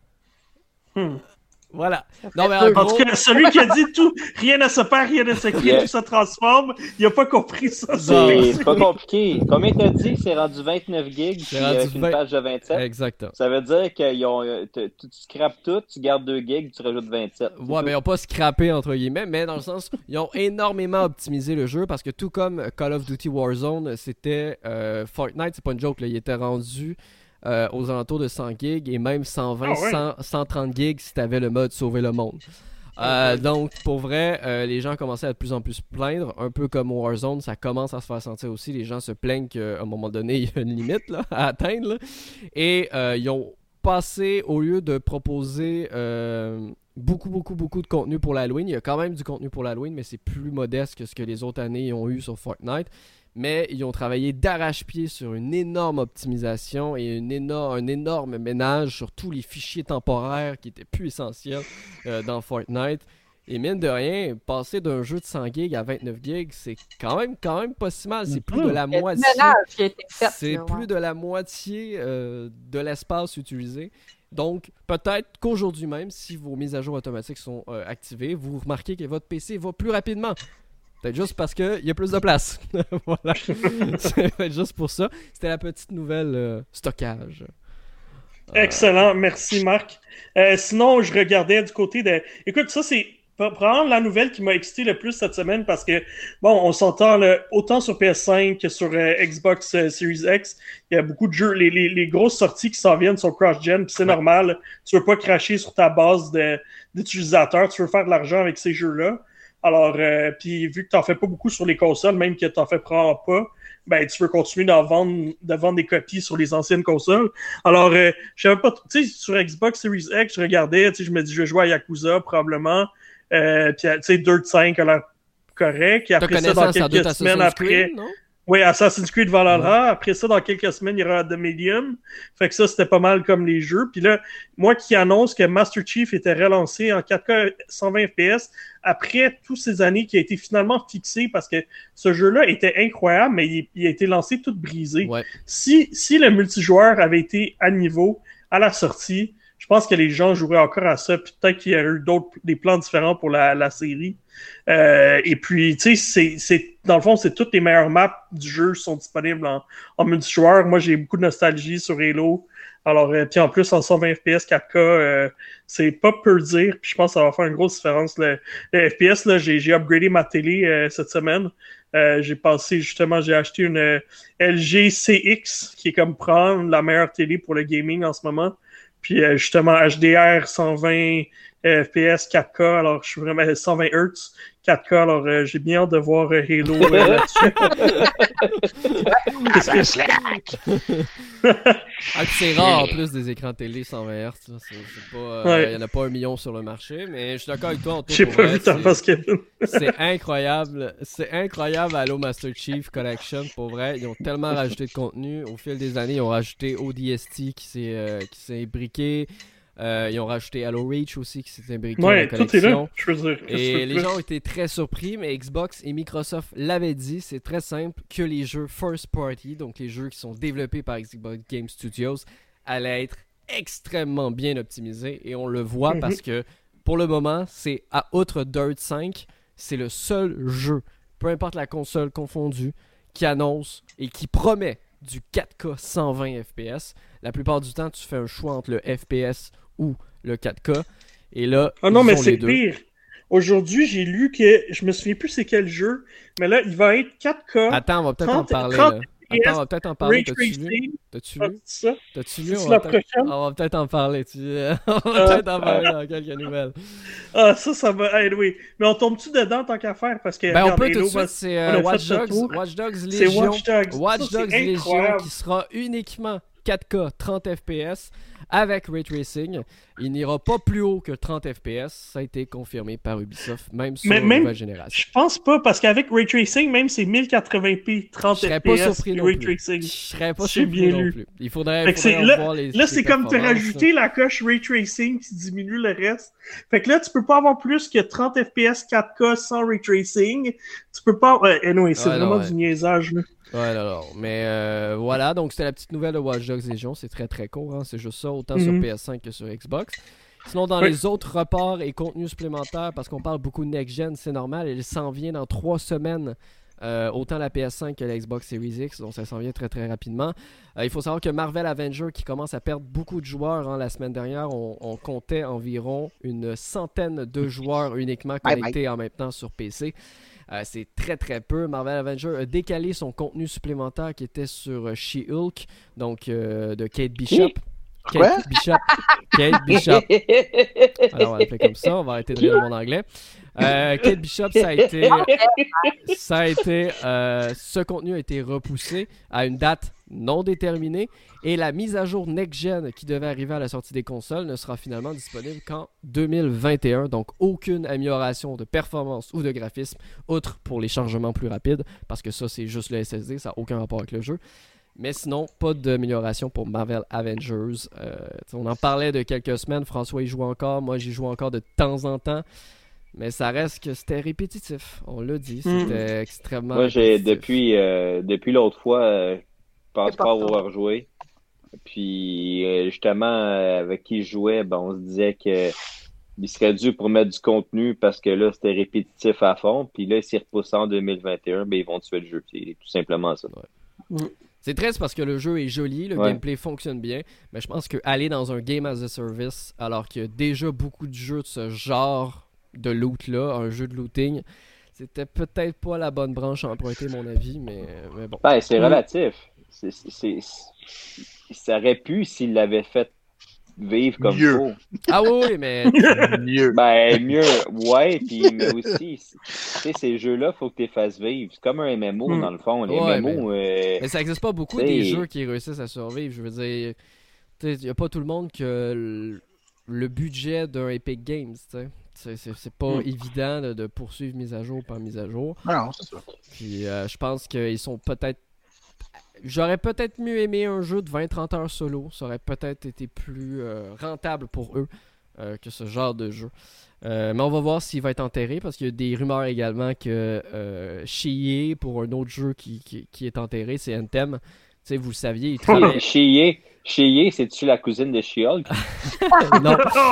B: Voilà.
A: Non, mais en tout cas, celui qui a dit tout, rien ne se perd, rien ne se crée, tout se transforme, il a pas compris ça.
E: C'est pas compliqué. Combien t'as dit? C'est rendu 29 gigs avec une page de 27?
B: Exactement.
E: Ça veut dire que tu scrapes tout, tu gardes 2 gigs, tu rajoutes 27.
B: Ouais, mais ils ont pas scrappé entre guillemets, mais dans le sens, ils ont énormément optimisé le jeu parce que tout comme Call of Duty Warzone, c'était Fortnite, c'est pas une joke, là, il était rendu aux alentours de 100 gigs et même 120, 130 gigs si t'avais le mode sauver le monde. Donc pour vrai, les gens commençaient à de plus en plus se plaindre, un peu comme Warzone, ça commence à se faire sentir aussi, les gens se plaignent qu'à un moment donné il y a une limite là, à atteindre là. Et ils ont passé, au lieu de proposer beaucoup de contenu pour l'Halloween, il y a quand même du contenu pour l'Halloween, mais c'est plus modeste que ce que les autres années ont eu sur Fortnite. Mais ils ont travaillé d'arrache-pied sur une énorme optimisation et un énorme ménage sur tous les fichiers temporaires qui étaient plus essentiels dans Fortnite. Et mine de rien, passer d'un jeu de 100 gigs à 29 gigs, c'est quand même pas si mal. C'est plus de la moitié. C'est plus de la moitié de l'espace utilisé. Donc, peut-être qu'aujourd'hui même, si vos mises à jour automatiques sont activées, vous remarquez que votre PC va plus rapidement. Peut-être juste parce qu'il y a plus de place. Voilà. C'est juste pour ça. C'était la petite nouvelle stockage.
A: Excellent, merci Marc. Sinon, je regardais du côté de... Écoute, ça c'est probablement la nouvelle qui m'a excité le plus cette semaine parce que, bon, on s'entend autant sur PS5 que sur Xbox Series X. Il y a beaucoup de jeux, les grosses sorties qui s'en viennent sur cross-gen, puis c'est normal. Tu veux pas cracher sur ta base d'utilisateurs, tu veux faire de l'argent avec ces jeux-là. Alors, puis vu que t'en fais pas beaucoup sur les consoles, même que t'en fais probablement pas, ben tu veux continuer de vendre des copies sur les anciennes consoles. Alors, je savais pas, tu sais, sur Xbox Series X, je regardais, tu sais, je me dis, je vais jouer à Yakuza probablement. Puis, tu sais, Dirt 5 a l'air correct. Et après ça, dans quelques semaines après... Oui, Assassin's Creed Valhalla. Après ça, dans quelques semaines, il y aura The Medium. Fait que ça, c'était pas mal comme les jeux. Puis là, moi qui annonce que Master Chief était relancé en 4K 120 FPS après toutes ces années qui a été finalement fixé parce que ce jeu-là était incroyable, mais il a été lancé tout brisé. Ouais. Si le multijoueur avait été à niveau à la sortie, je pense que les gens joueraient encore à ça, puis peut-être qu'il y aurait eu des plans différents pour la série. Et puis, tu sais, dans le fond, c'est toutes les meilleures maps du jeu sont disponibles en multijoueur. Moi, j'ai beaucoup de nostalgie sur Halo. Alors, puis en plus, en 120 FPS 4K, c'est pas peu dire, puis je pense que ça va faire une grosse différence. Le FPS, là, j'ai upgradé ma télé cette semaine. J'ai acheté une LG CX, qui est comme prendre la meilleure télé pour le gaming en ce moment. Puis justement, HDR 120 FPS 4K, alors je suis vraiment 120 Hz 4K, alors j'ai bien hâte de voir Halo là-dessus.
B: C'est rare en plus des écrans télé 120 Hz. C'est pas, y en a pas 1 million sur le marché, mais je suis d'accord avec toi. Antoine,
A: j'ai pas vu ta face, Kevin.
B: C'est incroyable. C'est incroyable Halo Master Chief Collection, pour vrai. Ils ont tellement rajouté de contenu. Au fil des années, ils ont rajouté ODST qui s'est briqué. Ils ont rajouté Halo Reach aussi qui s'est imbriqué dans la collection.
A: Tout est là, je veux dire.
B: Et les gens ont été très surpris, mais Xbox et Microsoft l'avaient dit, c'est très simple, que les jeux first party, donc les jeux qui sont développés par Xbox Game Studios, allaient être extrêmement bien optimisés. Et on le voit parce que, pour le moment, c'est à outre Dirt 5, c'est le seul jeu, peu importe la console confondue, qui annonce et qui promet du 4K 120 FPS. La plupart du temps, tu fais un choix entre le FPS ou le 4K. Et là,
A: non, mais c'est pire. Aujourd'hui, j'ai lu que, je me souviens plus c'est quel jeu, mais là, il va être 4K.
B: Attends, on va peut-être en parler. Là. Attends, on va peut-être en parler. T'as-tu lu? On va peut-être en parler. On va peut-être en parler dans quelques nouvelles.
A: Ah, ça va être, oui. Mais on tombe-tu dedans tant qu'à faire? Parce que,
B: on peut tout de suite, c'est Watch Dogs Legion. Watch Dogs Legion qui sera uniquement 4K 30 FPS avec Ray Tracing. Il n'ira pas plus haut que 30 FPS. Ça a été confirmé par Ubisoft, même sur la nouvelle génération.
A: Je pense pas, parce qu'avec Ray Tracing, même c'est 1080p 30 FPS Ray Tracing.
B: Je serais pas surpris non plus. Il faudrait voir les
A: là, c'est comme tu rajouter la coche Ray Tracing qui diminue le reste. Fait que là, tu peux pas avoir plus que 30 FPS 4K sans Ray Tracing. Tu peux pas... anyway, c'est vraiment du niaisage, là.
B: Ouais, non. Mais voilà, donc c'était la petite nouvelle de Watch Dogs Legion. C'est très très court, hein. C'est juste ça, autant sur PS5 que sur Xbox. Sinon, dans les autres reports et contenus supplémentaires, parce qu'on parle beaucoup de next-gen, c'est normal, il s'en vient dans 3 semaines. Autant la PS5 que la Xbox Series X, donc ça s'en vient très très rapidement. Il faut savoir que Marvel Avengers, qui commence à perdre beaucoup de joueurs, hein, la semaine dernière, on comptait environ une centaine de joueurs uniquement connectés en même temps sur PC. C'est très très peu. Marvel Avengers a décalé son contenu supplémentaire qui était sur She-Hulk, donc de Kate Bishop. Kate Bishop. Alors, on va l'appeler comme ça, on va arrêter de rire mon anglais. Kate Bishop, ce contenu a été repoussé à une date non déterminée et la mise à jour next-gen qui devait arriver à la sortie des consoles ne sera finalement disponible qu'en 2021. Donc, aucune amélioration de performance ou de graphisme, outre pour les chargements plus rapides, parce que ça, c'est juste le SSD, ça n'a aucun rapport avec le jeu. Mais sinon, pas d'amélioration pour Marvel Avengers. On en parlait de quelques semaines. François y joue encore. Moi, j'y joue encore de temps en temps. Mais ça reste que c'était répétitif. On l'a dit. C'était extrêmement répétitif.
E: Depuis l'autre fois, je pense pas avoir rejoué. Puis, justement, avec qui je jouais, on se disait que il serait dû pour mettre du contenu parce que là, c'était répétitif à fond. Puis là, s'ils repoussent en 2021, ben, ils vont tuer le jeu. C'est tout simplement ça.
B: Ouais. C'est triste parce que le jeu est joli, le gameplay fonctionne bien, mais je pense qu'aller dans un game as a service, alors qu'il y a déjà beaucoup de jeux de ce genre de loot-là, un jeu de looting, c'était peut-être pas la bonne branche à emprunter, mon avis, mais bon.
E: Ben, c'est relatif. Ça aurait pu s'il l'avait fait vivre comme
D: mieux.
E: faut.
B: Ah oui, mais...
D: mieux.
E: Ben, mieux, ouais, puis mais aussi, tu sais, ces jeux-là, faut que tu les fasses vivre. C'est comme un MMO, dans le fond. Les MMO...
B: Mais ça n'existe pas beaucoup des jeux qui réussissent à survivre. Je veux dire, il n'y a pas tout le monde qui a le budget d'un Epic Games, tu sais. C'est pas évident de poursuivre mise à jour par mise à jour.
D: Non, c'est ça.
B: Puis je pense qu'ils sont peut-être... J'aurais peut-être mieux aimé un jeu de 20-30 heures solo. Ça aurait peut-être été plus rentable pour eux que ce genre de jeu. Mais on va voir s'il va être enterré parce qu'il y a des rumeurs également que chez EA, pour un autre jeu qui est enterré, c'est Anthem. Tu sais, vous le saviez, il travaille...
E: Chez EA, c'est-tu la cousine de She-Hulk?
B: Non.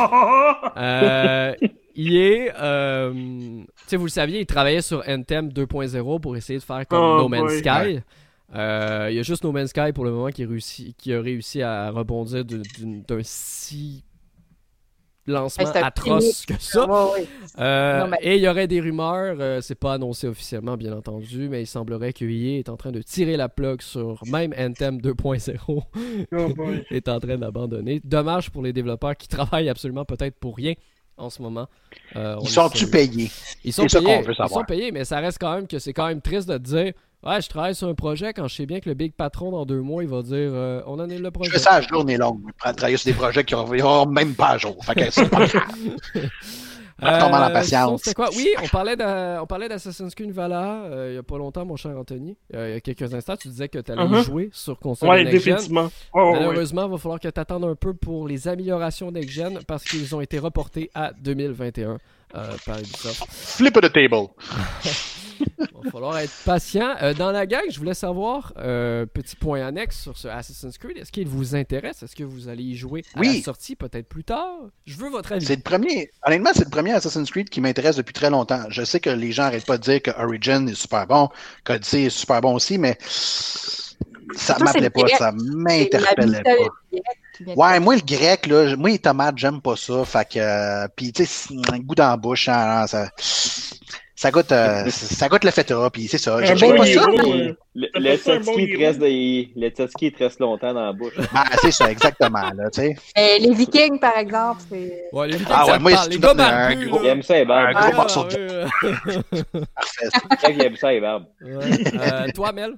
B: EA, tu sais, vous le saviez, il travaillait sur Anthem 2.0 pour essayer de faire comme No Man's Sky. Il y a juste No Man's Sky pour le moment qui a réussi à rebondir d'un si lancement atroce que ça. Et il y aurait des rumeurs, c'est pas annoncé officiellement bien entendu, mais il semblerait que EA est en train de tirer la plug sur même Anthem 2.0 est en train d'abandonner. Dommage pour les développeurs qui travaillent absolument peut-être pour rien en ce moment.
D: Ils sont-tu payés?
B: Ils sont payés, mais ça reste quand même que c'est quand même triste de te dire ouais, je travaille sur un projet quand je sais bien que le big patron dans 2 mois, il va dire on annule le projet.
D: Je fais ça à journée longue. Je travailler sur des projets qui n'auront même pas à jour. Fait que c'est pas grave. Tombe la patience.
B: C'était quoi? Oui, on parlait d'Assassin's Creed Valhalla il n'y a pas longtemps, mon cher Anthony. Il y a quelques instants, tu disais que tu allais y jouer sur console next-gen.
A: Définitivement.
B: Malheureusement, il va falloir que tu attendes un peu pour les améliorations next-gen parce qu'ils ont été reportés à 2021 par Ubisoft.
D: Flip the table.
B: Il va falloir être patient. Dans la gang, je voulais savoir, petit point annexe sur ce Assassin's Creed, est-ce qu'il vous intéresse? Est-ce que vous allez y jouer à la sortie, peut-être plus tard? Je veux votre avis.
D: Honnêtement, c'est le premier Assassin's Creed qui m'intéresse depuis très longtemps. Je sais que les gens n'arrêtent pas de dire que Origin est super bon, qu'Odyssey est super bon aussi, mais ça m'appelait pas, ça m'interpellait pas. Ouais, moi, le grec, là, moi, les tomates, j'aime pas ça. Fait que, pis, tu sais, un goût dans la bouche, hein, ça goûte le feta, puis c'est ça. J'aime pas ça.
E: Le tzatziki te reste longtemps dans la bouche.
D: Ah, c'est ça, exactement, là, tu sais.
C: Les Vikings, par exemple, c'est...
B: Ouais, les Vikings, moi,
E: les gars barbus, il aime ça, les barbes.
D: Un gros morceau de...
E: Parfait. C'est vrai qu'il aime ça, les barbes.
B: Toi, Mel?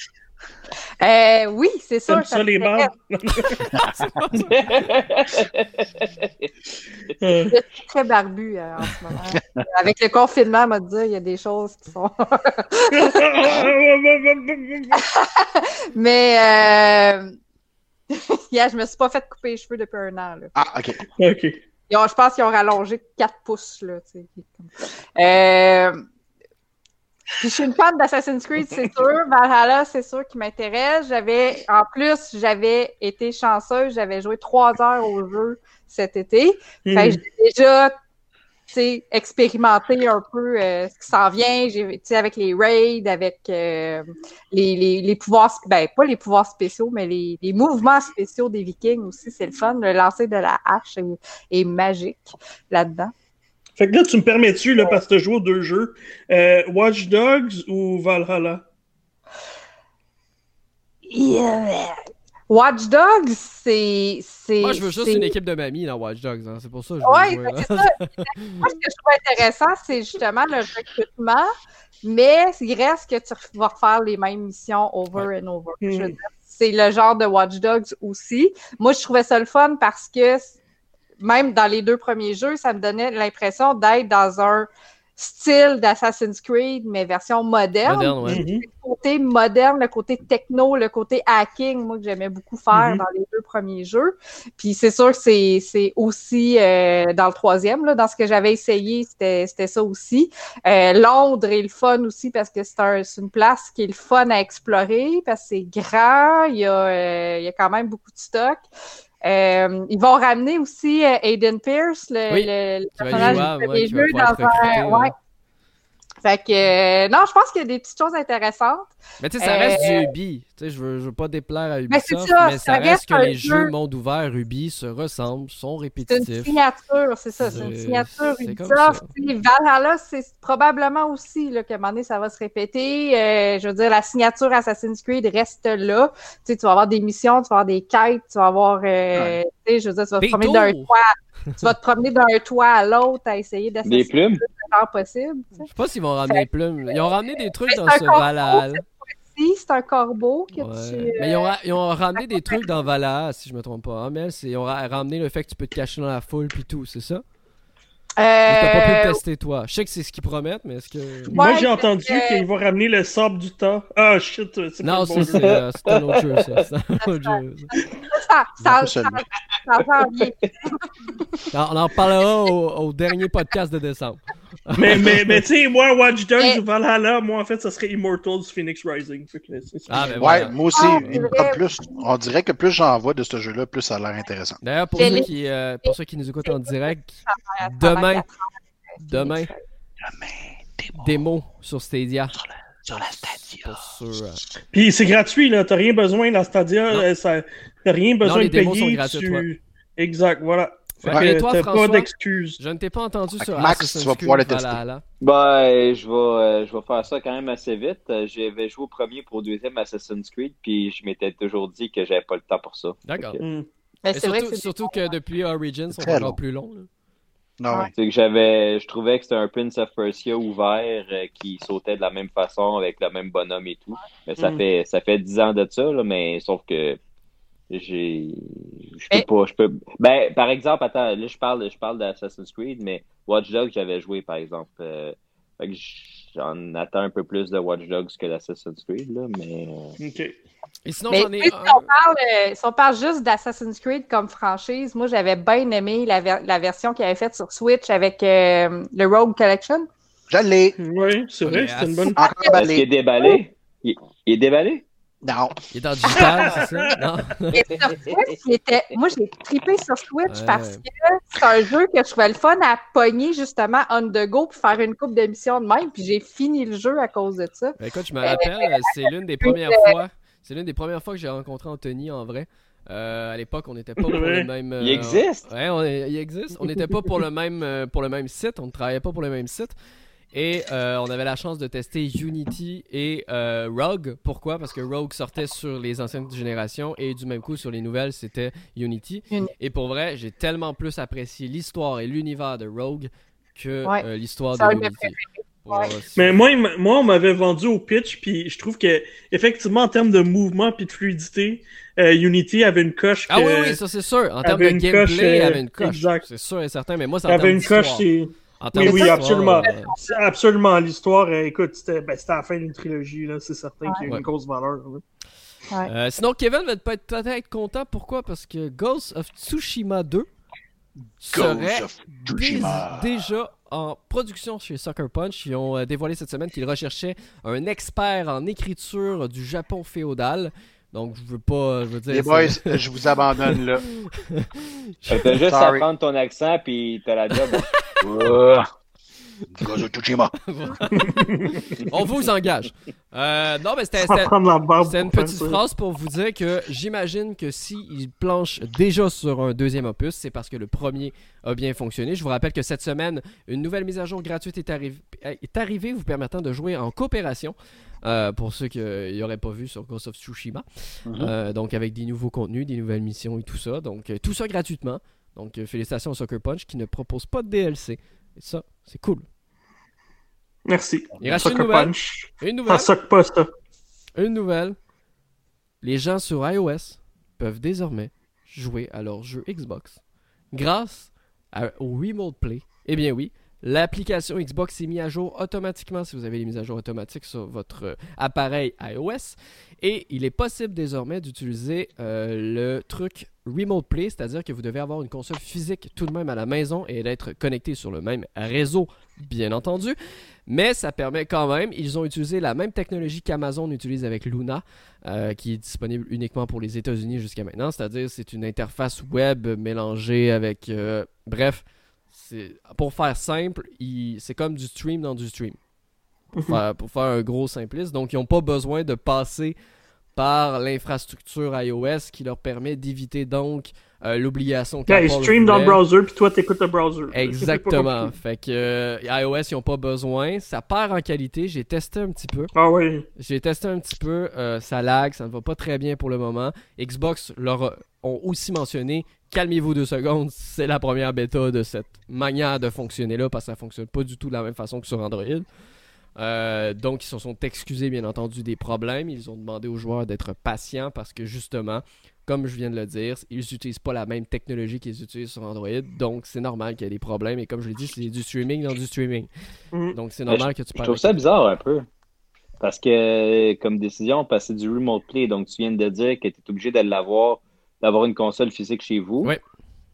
C: Oui, c'est sûr.
A: Ça, les barbes.
C: Je suis très barbu en ce moment. Avec le confinement, on m'a dit, il y a des choses qui sont... Mais je me suis pas fait couper les cheveux depuis 1 an. Là.
D: Ah, OK.
C: Je pense qu'ils ont rallongé 4 pouces. Là, puis je suis une fan d'Assassin's Creed, c'est sûr. Valhalla, c'est sûr qu'il m'intéresse. J'avais été chanceuse. J'avais joué 3 heures au jeu cet été. Fait que j'ai déjà expérimenté un peu ce qui s'en vient. Avec les raids, avec les pouvoirs... Ben, pas les pouvoirs spéciaux, mais les mouvements spéciaux des Vikings aussi. C'est le fun. Le lancer de la hache est magique là-dedans.
A: Fait que là, tu me permets-tu, là, parce que tu joues aux 2 jeux, Watch Dogs ou Valhalla?
C: Watch Dogs, c'est...
B: Moi, je veux juste une équipe de mamies dans Watch Dogs. Hein. C'est pour ça que je veux jouer.
C: C'est ça. Moi, ce que je trouve intéressant, c'est justement le recrutement, mais il reste que tu vas refaire les mêmes missions over and over. Je veux dire, c'est le genre de Watch Dogs aussi. Moi, je trouvais ça le fun parce que même dans les 2 premiers jeux, ça me donnait l'impression d'être dans un style d'Assassin's Creed, mais version moderne. Le côté moderne, le côté techno, le côté hacking, moi, que j'aimais beaucoup faire dans les 2 premiers jeux. Puis c'est sûr que c'est aussi dans le 3e, là, dans ce que j'avais essayé, c'était ça aussi. Londres est le fun aussi parce que c'est une place qui est le fun à explorer parce que c'est grand, il y a quand même beaucoup de stock. Ils vont ramener aussi Aiden Pierce, le personnage du jeu dans un... Ouais. Fait que, non, je pense qu'il y a des petites choses intéressantes.
B: Mais tu sais, ça reste du Ubi. Tu sais, je veux pas déplaire à Ubisoft, mais ça reste que les jeux monde ouvert Ubi se ressemblent, sont répétitifs.
C: C'est une signature, c'est ça. C'est une signature Ubisoft. Valhalla, c'est probablement aussi là, qu'à un moment donné, ça va se répéter. Je veux dire, la signature Assassin's Creed reste là. Tu sais, tu vas avoir des missions, tu vas avoir des quêtes, tu vas avoir... tu sais, je veux dire, tu vas te promener d'un toit. Tu vas te promener d'un toit à l'autre à essayer d'assassiner
E: des plumes.
C: le plus tard possible.
B: Je sais pas s'ils vont ramener des plumes. Ils ont ramené des trucs dans ce Valhalla.
C: C'est un corbeau que tu...
B: Mais ils ont ramené des trucs dans Valhalla, si je me trompe pas. Hein, ils ont ramené le fait que tu peux te cacher dans la foule puis tout, c'est ça? T'as pas pu le tester, toi. Je sais que c'est ce qu'ils promettent, mais est-ce que...
A: Moi, j'ai entendu qu'ils vont ramener le sable du temps. Ah, shit, c'est
B: non,
A: pas
B: c'est un autre jeu, ça. C'est un autre jeu.
C: Ça va bien.
B: On en parlera au dernier podcast de décembre.
A: mais tu sais, moi, Watch Dogs ou Valhalla, moi, en fait, ça serait Immortals Phoenix Rising.
B: Ben
D: ouais, moi aussi, on dirait que plus j'en vois de ce jeu-là, plus ça a l'air intéressant.
B: D'ailleurs, pour ceux qui nous écoutent en direct, demain, démo sur Stadia.
D: Sur la Stadia.
A: Puis c'est gratuit, là. T'as rien besoin dans Stadia. T'as rien besoin de payer.
B: Les démos sont gratuites,
A: Exact, voilà.
B: Et toi,
A: t'as
B: François,
A: pas d'excuses.
B: Je ne t'ai pas entendu sur
D: Max,
B: Assassin's
D: tu vas
B: Creed
D: pouvoir le tester.
B: Valhalla.
E: Ben, je vais faire ça quand même assez vite. J'avais joué au premier pour le deuxième Assassin's Creed, puis je m'étais toujours dit que j'avais pas le temps pour ça.
B: D'accord.
C: Mais c'est vrai
B: surtout que depuis Origins, ils sont encore plus longs.
D: Non,
E: c'est que je trouvais que c'était un Prince of Persia ouvert qui sautait de la même façon avec le même bonhomme et tout. Mais ça fait 10 ans de ça, là, mais sauf que ben, par exemple, attends, là je parle d'Assassin's Creed, mais Watch Dogs j'avais joué par exemple. Fait que j'en attends un peu plus de Watch Dogs que d'Assassin's Creed, là, mais.
A: OK.
B: Et sinon,
C: mais
B: j'en ai
C: si on parle juste d'Assassin's Creed comme franchise, moi j'avais bien aimé la version qu'il avait faite sur Switch avec le Rogue Collection.
D: Je l'ai.
A: Oui, c'est vrai, c'était une bonne.
E: Est-ce qu'il est déballé? Il est déballé?
D: Non.
B: Il est en digital, c'est ça? Non.
C: Et sur Switch, moi j'ai trippé sur Switch parce que c'est un jeu que je trouvais le fun à pogner justement on the go pour faire une coupe d'émissions de même, puis j'ai fini le jeu à cause de ça.
B: Ben, écoute, je me rappelle, c'est l'une des premières fois. C'est l'une des premières fois que j'ai rencontré Anthony en vrai. À l'époque, on n'était pas pour le même.
E: Il existe.
B: Il existe. On n'était pas pour le même site. On ne travaillait pas pour le même site. Et on avait la chance de tester Unity et Rogue. Pourquoi? Parce que Rogue sortait sur les anciennes générations et du même coup sur les nouvelles, c'était Unity. Et pour vrai, j'ai tellement plus apprécié l'histoire et l'univers de Rogue que l'histoire de Unity.
A: Mais moi, on m'avait vendu au pitch, puis je trouve que effectivement en termes de mouvement puis de fluidité, Unity avait une coche.
B: Ah oui, ça c'est sûr. En termes de gameplay, il avait une coche. Exact. C'est sûr et certain. Mais moi, ça avait une coche.
A: Oui, absolument. Absolument. L'histoire, écoute, c'était à la fin d'une trilogie, là, c'est certain qu'il y a une grosse valeur.
B: Sinon, Kevin va peut-être être content. Pourquoi? Parce que Ghost of Tsushima 2 serait déjà en production chez Sucker Punch. Ils ont dévoilé cette semaine qu'ils recherchaient un expert en écriture du Japon féodal. Donc, je veux dire...
D: Les boys, je vous abandonne là.
E: T'as juste à prendre ton accent, puis t'as la job.
B: On vous engage. Non, mais c'était une petite phrase pour vous dire que j'imagine que s'ils planchent déjà sur un deuxième opus, c'est parce que le premier a bien fonctionné. Je vous rappelle que cette semaine, une nouvelle mise à jour gratuite est arrivée, vous permettant de jouer en coopération. Pour ceux qui n'auraient pas vu sur Ghost of Tsushima. Donc avec des nouveaux contenus, des nouvelles missions et tout ça. Donc tout ça gratuitement. Donc félicitations au Sucker Punch qui ne propose pas de DLC. Et ça, c'est cool.
A: Merci.
B: Il reste une nouvelle. Une nouvelle.
A: Ça suck pas ça.
B: Une nouvelle. Les gens sur iOS peuvent désormais jouer à leur jeu Xbox grâce au Remote Play. Eh bien oui. L'application Xbox est mise à jour automatiquement si vous avez les mises à jour automatiques sur votre appareil iOS. Et il est possible désormais d'utiliser le truc Remote Play, c'est-à-dire que vous devez avoir une console physique tout de même à la maison et d'être connecté sur le même réseau, bien entendu. Mais ça permet quand même, ils ont utilisé la même technologie qu'Amazon utilise avec Luna, qui est disponible uniquement pour les États-Unis jusqu'à maintenant, c'est-à-dire c'est une interface web mélangée avec... bref, pour faire simple, c'est comme du stream dans du stream. Pour faire un gros simpliste. Donc, ils n'ont pas besoin de passer par l'infrastructure iOS qui leur permet d'éviter donc l'obligation
A: qu'Apple ils stream dans le browser, puis toi, t'écoutes le browser.
B: Exactement. Fait que iOS, ils n'ont pas besoin. Ça perd en qualité. J'ai testé un petit peu.
A: Ah oui.
B: J'ai testé un petit peu. Ça lag, ça ne va pas très bien pour le moment. Xbox leur ont aussi mentionné, calmez-vous 2 secondes, c'est la première bêta de cette manière de fonctionner là, parce que ça ne fonctionne pas du tout de la même façon que sur Android. Donc ils se sont excusés bien entendu des problèmes. Ils ont demandé aux joueurs d'être patients parce que justement, comme je viens de le dire, ils n'utilisent pas la même technologie qu'ils utilisent sur Android. Donc c'est normal qu'il y ait des problèmes. Et comme je l'ai dit, c'est du streaming dans du streaming. Donc c'est normal que tu parles.
E: Je trouve ça bizarre un peu. Parce que comme décision, passer du Remote Play, donc tu viens de dire que tu es obligé d'avoir une console physique chez vous.
B: Oui.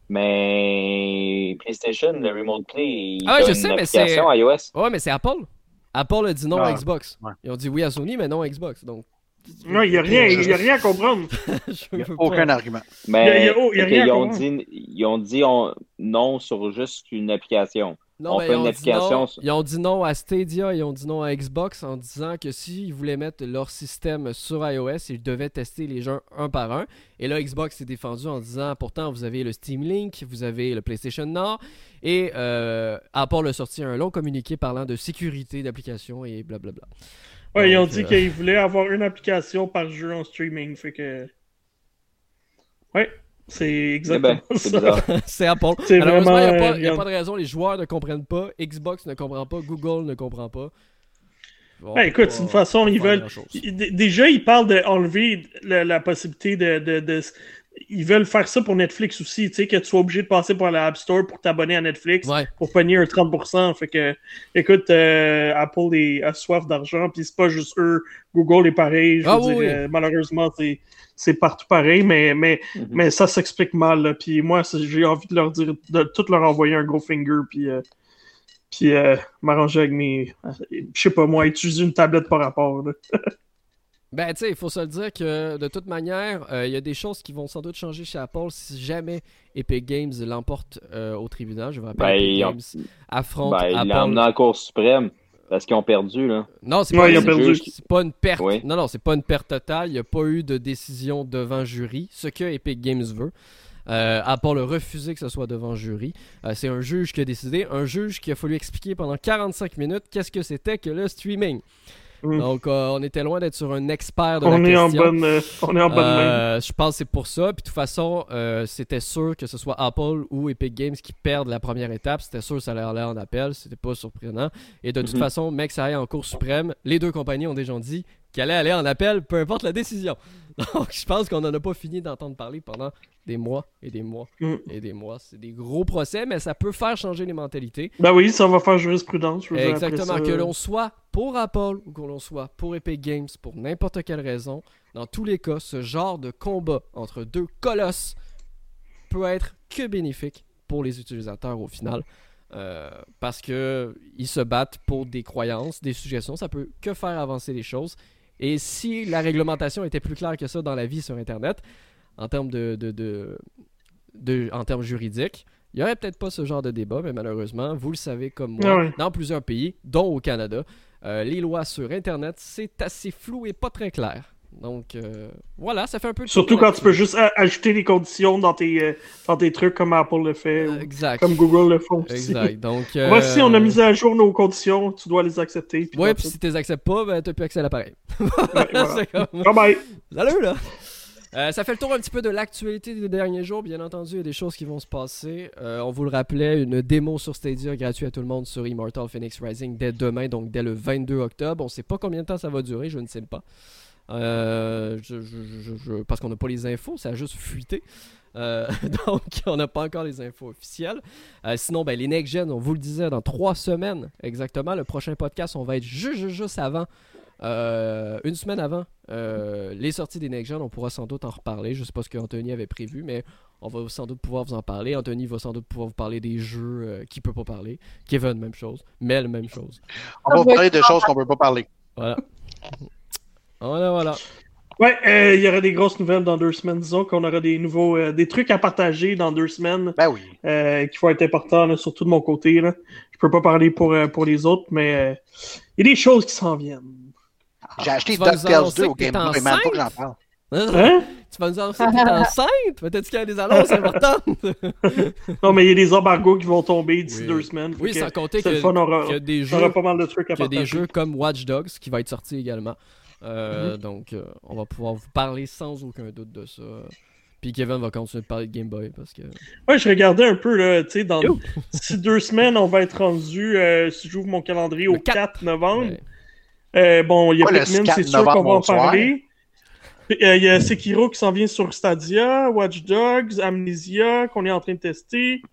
E: Mais PlayStation, le Remote Play,
B: je sais, mais c'est
E: iOS.
B: Ouais, mais c'est Apple. Apple a dit non à Xbox. Ouais. Ils ont dit oui à Sony, mais non à Xbox. Donc,
A: non, il n'y a rien à comprendre.
D: Il n'y a aucun argument.
E: Mais ils ont dit non sur juste une application.
B: Non, mais ils ont dit non à Stadia, ils ont dit non à Xbox en disant que s'ils voulaient mettre leur système sur iOS, ils devaient tester les jeux un par un. Et là, Xbox s'est défendu en disant pourtant, vous avez le Steam Link, vous avez le PlayStation Now. Et Apple a sorti un long communiqué parlant de sécurité d'application et blablabla.
A: Ouais, donc, ils ont dit qu'ils voulaient avoir une application par jeu en streaming. Fait que. Ouais. C'est exactement ça.
B: C'est Apple. Malheureusement, il n'y a pas de raison. Les joueurs ne comprennent pas. Xbox ne comprend pas. Google ne comprend pas.
A: Bon, écoute, c'est une façon, ils veulent... Déjà, ils parlent d'enlever la possibilité de... Ils veulent faire ça pour Netflix aussi, tu sais, que tu sois obligé de passer par la App Store pour t'abonner à Netflix, pour pogner un 30%. Fait que, écoute, Apple a soif d'argent, puis c'est pas juste eux. Google est pareil. Je veux dire, malheureusement, c'est partout pareil, mais ça s'explique mal. Là. Puis moi, j'ai envie de leur dire, de tout leur envoyer un gros finger, puis m'arranger avec mes... Je sais pas moi, utiliser une tablette par rapport. Là.
B: Ben, tu sais, il faut se le dire que de toute manière, il y a des choses qui vont sans doute changer chez Apple si jamais Epic Games l'emporte au tribunal. Je vous rappelle, Epic Games affronte Apple.
E: Il l'a emmené en Cour suprême parce qu'ils ont perdu, là.
B: Non, c'est pas une perte. Oui. Non, c'est pas une perte totale. Il n'y a pas eu de décision devant jury, ce que Epic Games veut. Apple a refusé que ce soit devant jury. C'est un juge qui a décidé, un juge qui a fallu expliquer pendant 45 minutes qu'est-ce que c'était que le streaming. Donc, on était loin d'être sur un expert de la question.
A: On est en bonne main.
B: Je pense que c'est pour ça. Puis, de toute façon, c'était sûr que ce soit Apple ou Epic Games qui perdent la première étape. C'était sûr que ça allait aller en appel. C'était pas surprenant. Et de toute façon, mec, ça aille en Cour suprême. Les deux compagnies ont déjà dit qu'elle allait aller en appel, peu importe la décision. Donc, je pense qu'on n'en a pas fini d'entendre parler pendant des mois et des mois et des mois. C'est des gros procès, mais ça peut faire changer les mentalités.
A: Ben oui, ça va faire jurisprudence.
B: Exactement. Que l'on soit pour Apple ou que l'on soit pour Epic Games, pour n'importe quelle raison, dans tous les cas, ce genre de combat entre deux colosses peut être que bénéfique pour les utilisateurs au final. Parce que ils se battent pour des croyances, des suggestions. Ça peut que faire avancer les choses. Et si la réglementation était plus claire que ça dans la vie sur Internet, en termes en termes juridiques, il n'y aurait peut-être pas ce genre de débat, mais malheureusement, vous le savez comme moi, dans plusieurs pays, dont au Canada, les lois sur Internet, c'est assez flou et pas très clair. Donc, voilà, ça fait un peu...
A: Surtout quand tu peux juste ajouter des conditions dans tes trucs comme Apple le fait, comme Google le font aussi.
B: Exact, donc...
A: Voici, on a mis à jour nos conditions, tu dois les accepter.
B: Ouais, puis si tu les acceptes pas, ben, t'as plus accès à l'appareil.
A: Voilà. Bye bye!
B: Salut, là! Ça fait le tour un petit peu de l'actualité des derniers jours. Bien entendu, il y a des choses qui vont se passer. On vous le rappelait, une démo sur Stadia gratuite à tout le monde sur Immortal Phoenix Rising dès demain, donc dès le 22 octobre. On ne sait pas combien de temps ça va durer, je ne sais pas. Parce qu'on n'a pas les infos, ça a juste fuité. Donc, on n'a pas encore les infos officielles. Sinon, les next-gen, on vous le disait, dans 3 semaines exactement. Le prochain podcast, on va être juste avant une semaine avant les sorties des Next Gen, on pourra sans doute en reparler. Je sais pas ce qu'Anthony avait prévu, mais on va sans doute pouvoir vous en parler. Anthony va sans doute pouvoir vous parler des jeux qu'il peut pas parler. Kevin, même chose. Mel, même chose.
D: On va vous parler de choses qu'on peut pas parler.
B: Voilà. Voilà.
A: Ouais, il y aura des grosses nouvelles dans 2 semaines. Disons qu'on aura des nouveaux des trucs à partager dans 2 semaines.
D: Ben oui.
A: Qui vont être importants, là, surtout de mon côté. Là. Je peux pas parler pour les autres, mais il y a des choses qui s'en viennent.
D: J'ai acheté DuckTales 2 au Game Boy, mais même pas que j'en parle.
B: Hein? Tu vas nous annoncer que t'es enceinte? Peut-être qu'il y a des annonces importantes.
A: Non, mais il y a des embargos qui vont tomber d'ici 2 semaines.
B: Oui, sans compter qu'il
A: y
B: a des jeux,
A: aura pas mal de trucs à
B: partager. Il y a des jeux comme Watch Dogs qui va être sorti également. Donc, on va pouvoir vous parler sans aucun doute de ça. Puis Kevin va continuer de parler de Game Boy parce que...
A: Ouais, je regardais un peu, là, tu sais, d'ici 2 semaines, on va être rendu, si j'ouvre mon calendrier, au 4 novembre. Ouais. Bon, il y a Pikmin, c'est sûr qu'on va en parler. Il y a Sekiro qui s'en vient sur Stadia, Watch Dogs, Amnesia, qu'on est en train de tester.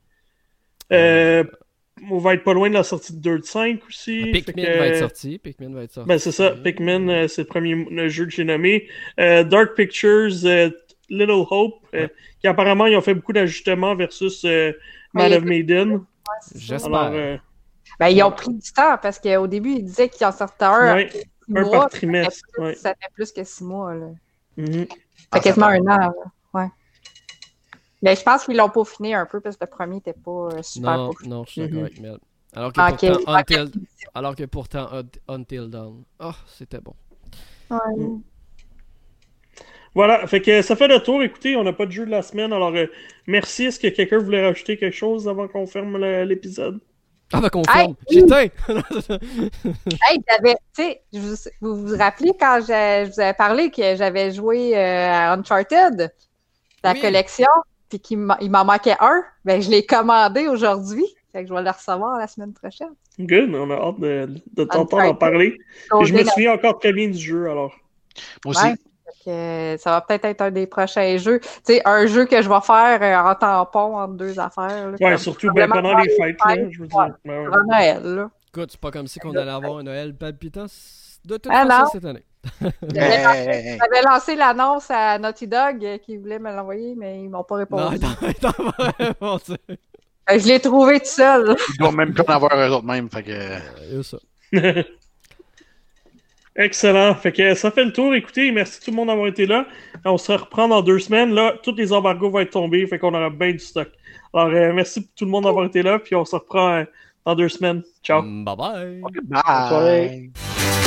A: On va être pas loin de la sortie de Dirt 5 aussi.
B: Pikmin va être sorti.
A: Ben, c'est ça. Pikmin, c'est le premier jeu que j'ai nommé. Dark Pictures, Little Hope, qui apparemment, ils ont fait beaucoup d'ajustements versus Man of Maiden.
B: J'espère.
C: Ben, ils ont pris du temps parce qu'au début, ils disaient qu'ils en sortaient un
A: par trimestre.
C: Ça fait plus que 6 mois. Là.
A: Mm-hmm.
C: Ça fait quasiment 1 an. Là. Ouais. Mais je pense qu'ils l'ont peaufiné un peu parce que le premier n'était pas super peaufiné.
B: Non, je suis d'accord avec Mel. Alors que pourtant, Until Dawn, c'était bon.
C: Ouais.
A: Voilà, fait que ça fait le tour. Écoutez, on n'a pas de jeu de la semaine, alors merci. Est-ce que quelqu'un voulait rajouter quelque chose avant qu'on ferme l'épisode?
B: Ah ben confirme, j'éteins!
C: Hey, tu sais, vous vous rappelez quand je vous avais parlé que j'avais joué à Uncharted, la collection, puis qu'il m'en manquait un? Ben, je l'ai commandé aujourd'hui, fait que je vais le recevoir la semaine prochaine.
A: Good, on a hâte de t'entendre en parler. Et je me souviens encore très bien du jeu, alors.
D: Moi aussi.
C: Ça va peut-être être un des prochains jeux. Tu sais, un jeu que je vais faire en tampon entre 2 affaires. Là,
A: ouais, surtout pendant les fêtes, là, je veux dire.
C: Pendant Noël, là.
B: Écoute, c'est pas comme si on allait avoir un Noël palpitant de toute façon cette année.
C: J'avais lancé l'annonce à Naughty Dog qui voulait me l'envoyer, mais ils m'ont pas répondu.
B: Non,
C: je l'ai trouvé tout seul.
D: Ils doivent même pas en avoir eux autres mêmes. Fait que...
B: ça.
A: Excellent. Fait que ça fait le tour. Écoutez, merci tout le monde d'avoir été là. On se reprend dans 2 semaines. Là, tous les embargos vont être tombés. Fait qu'on aura bien du stock. Alors, merci tout le monde d'avoir été là. Puis on se reprend dans 2 semaines. Ciao.
B: Bye bye.
D: Bye.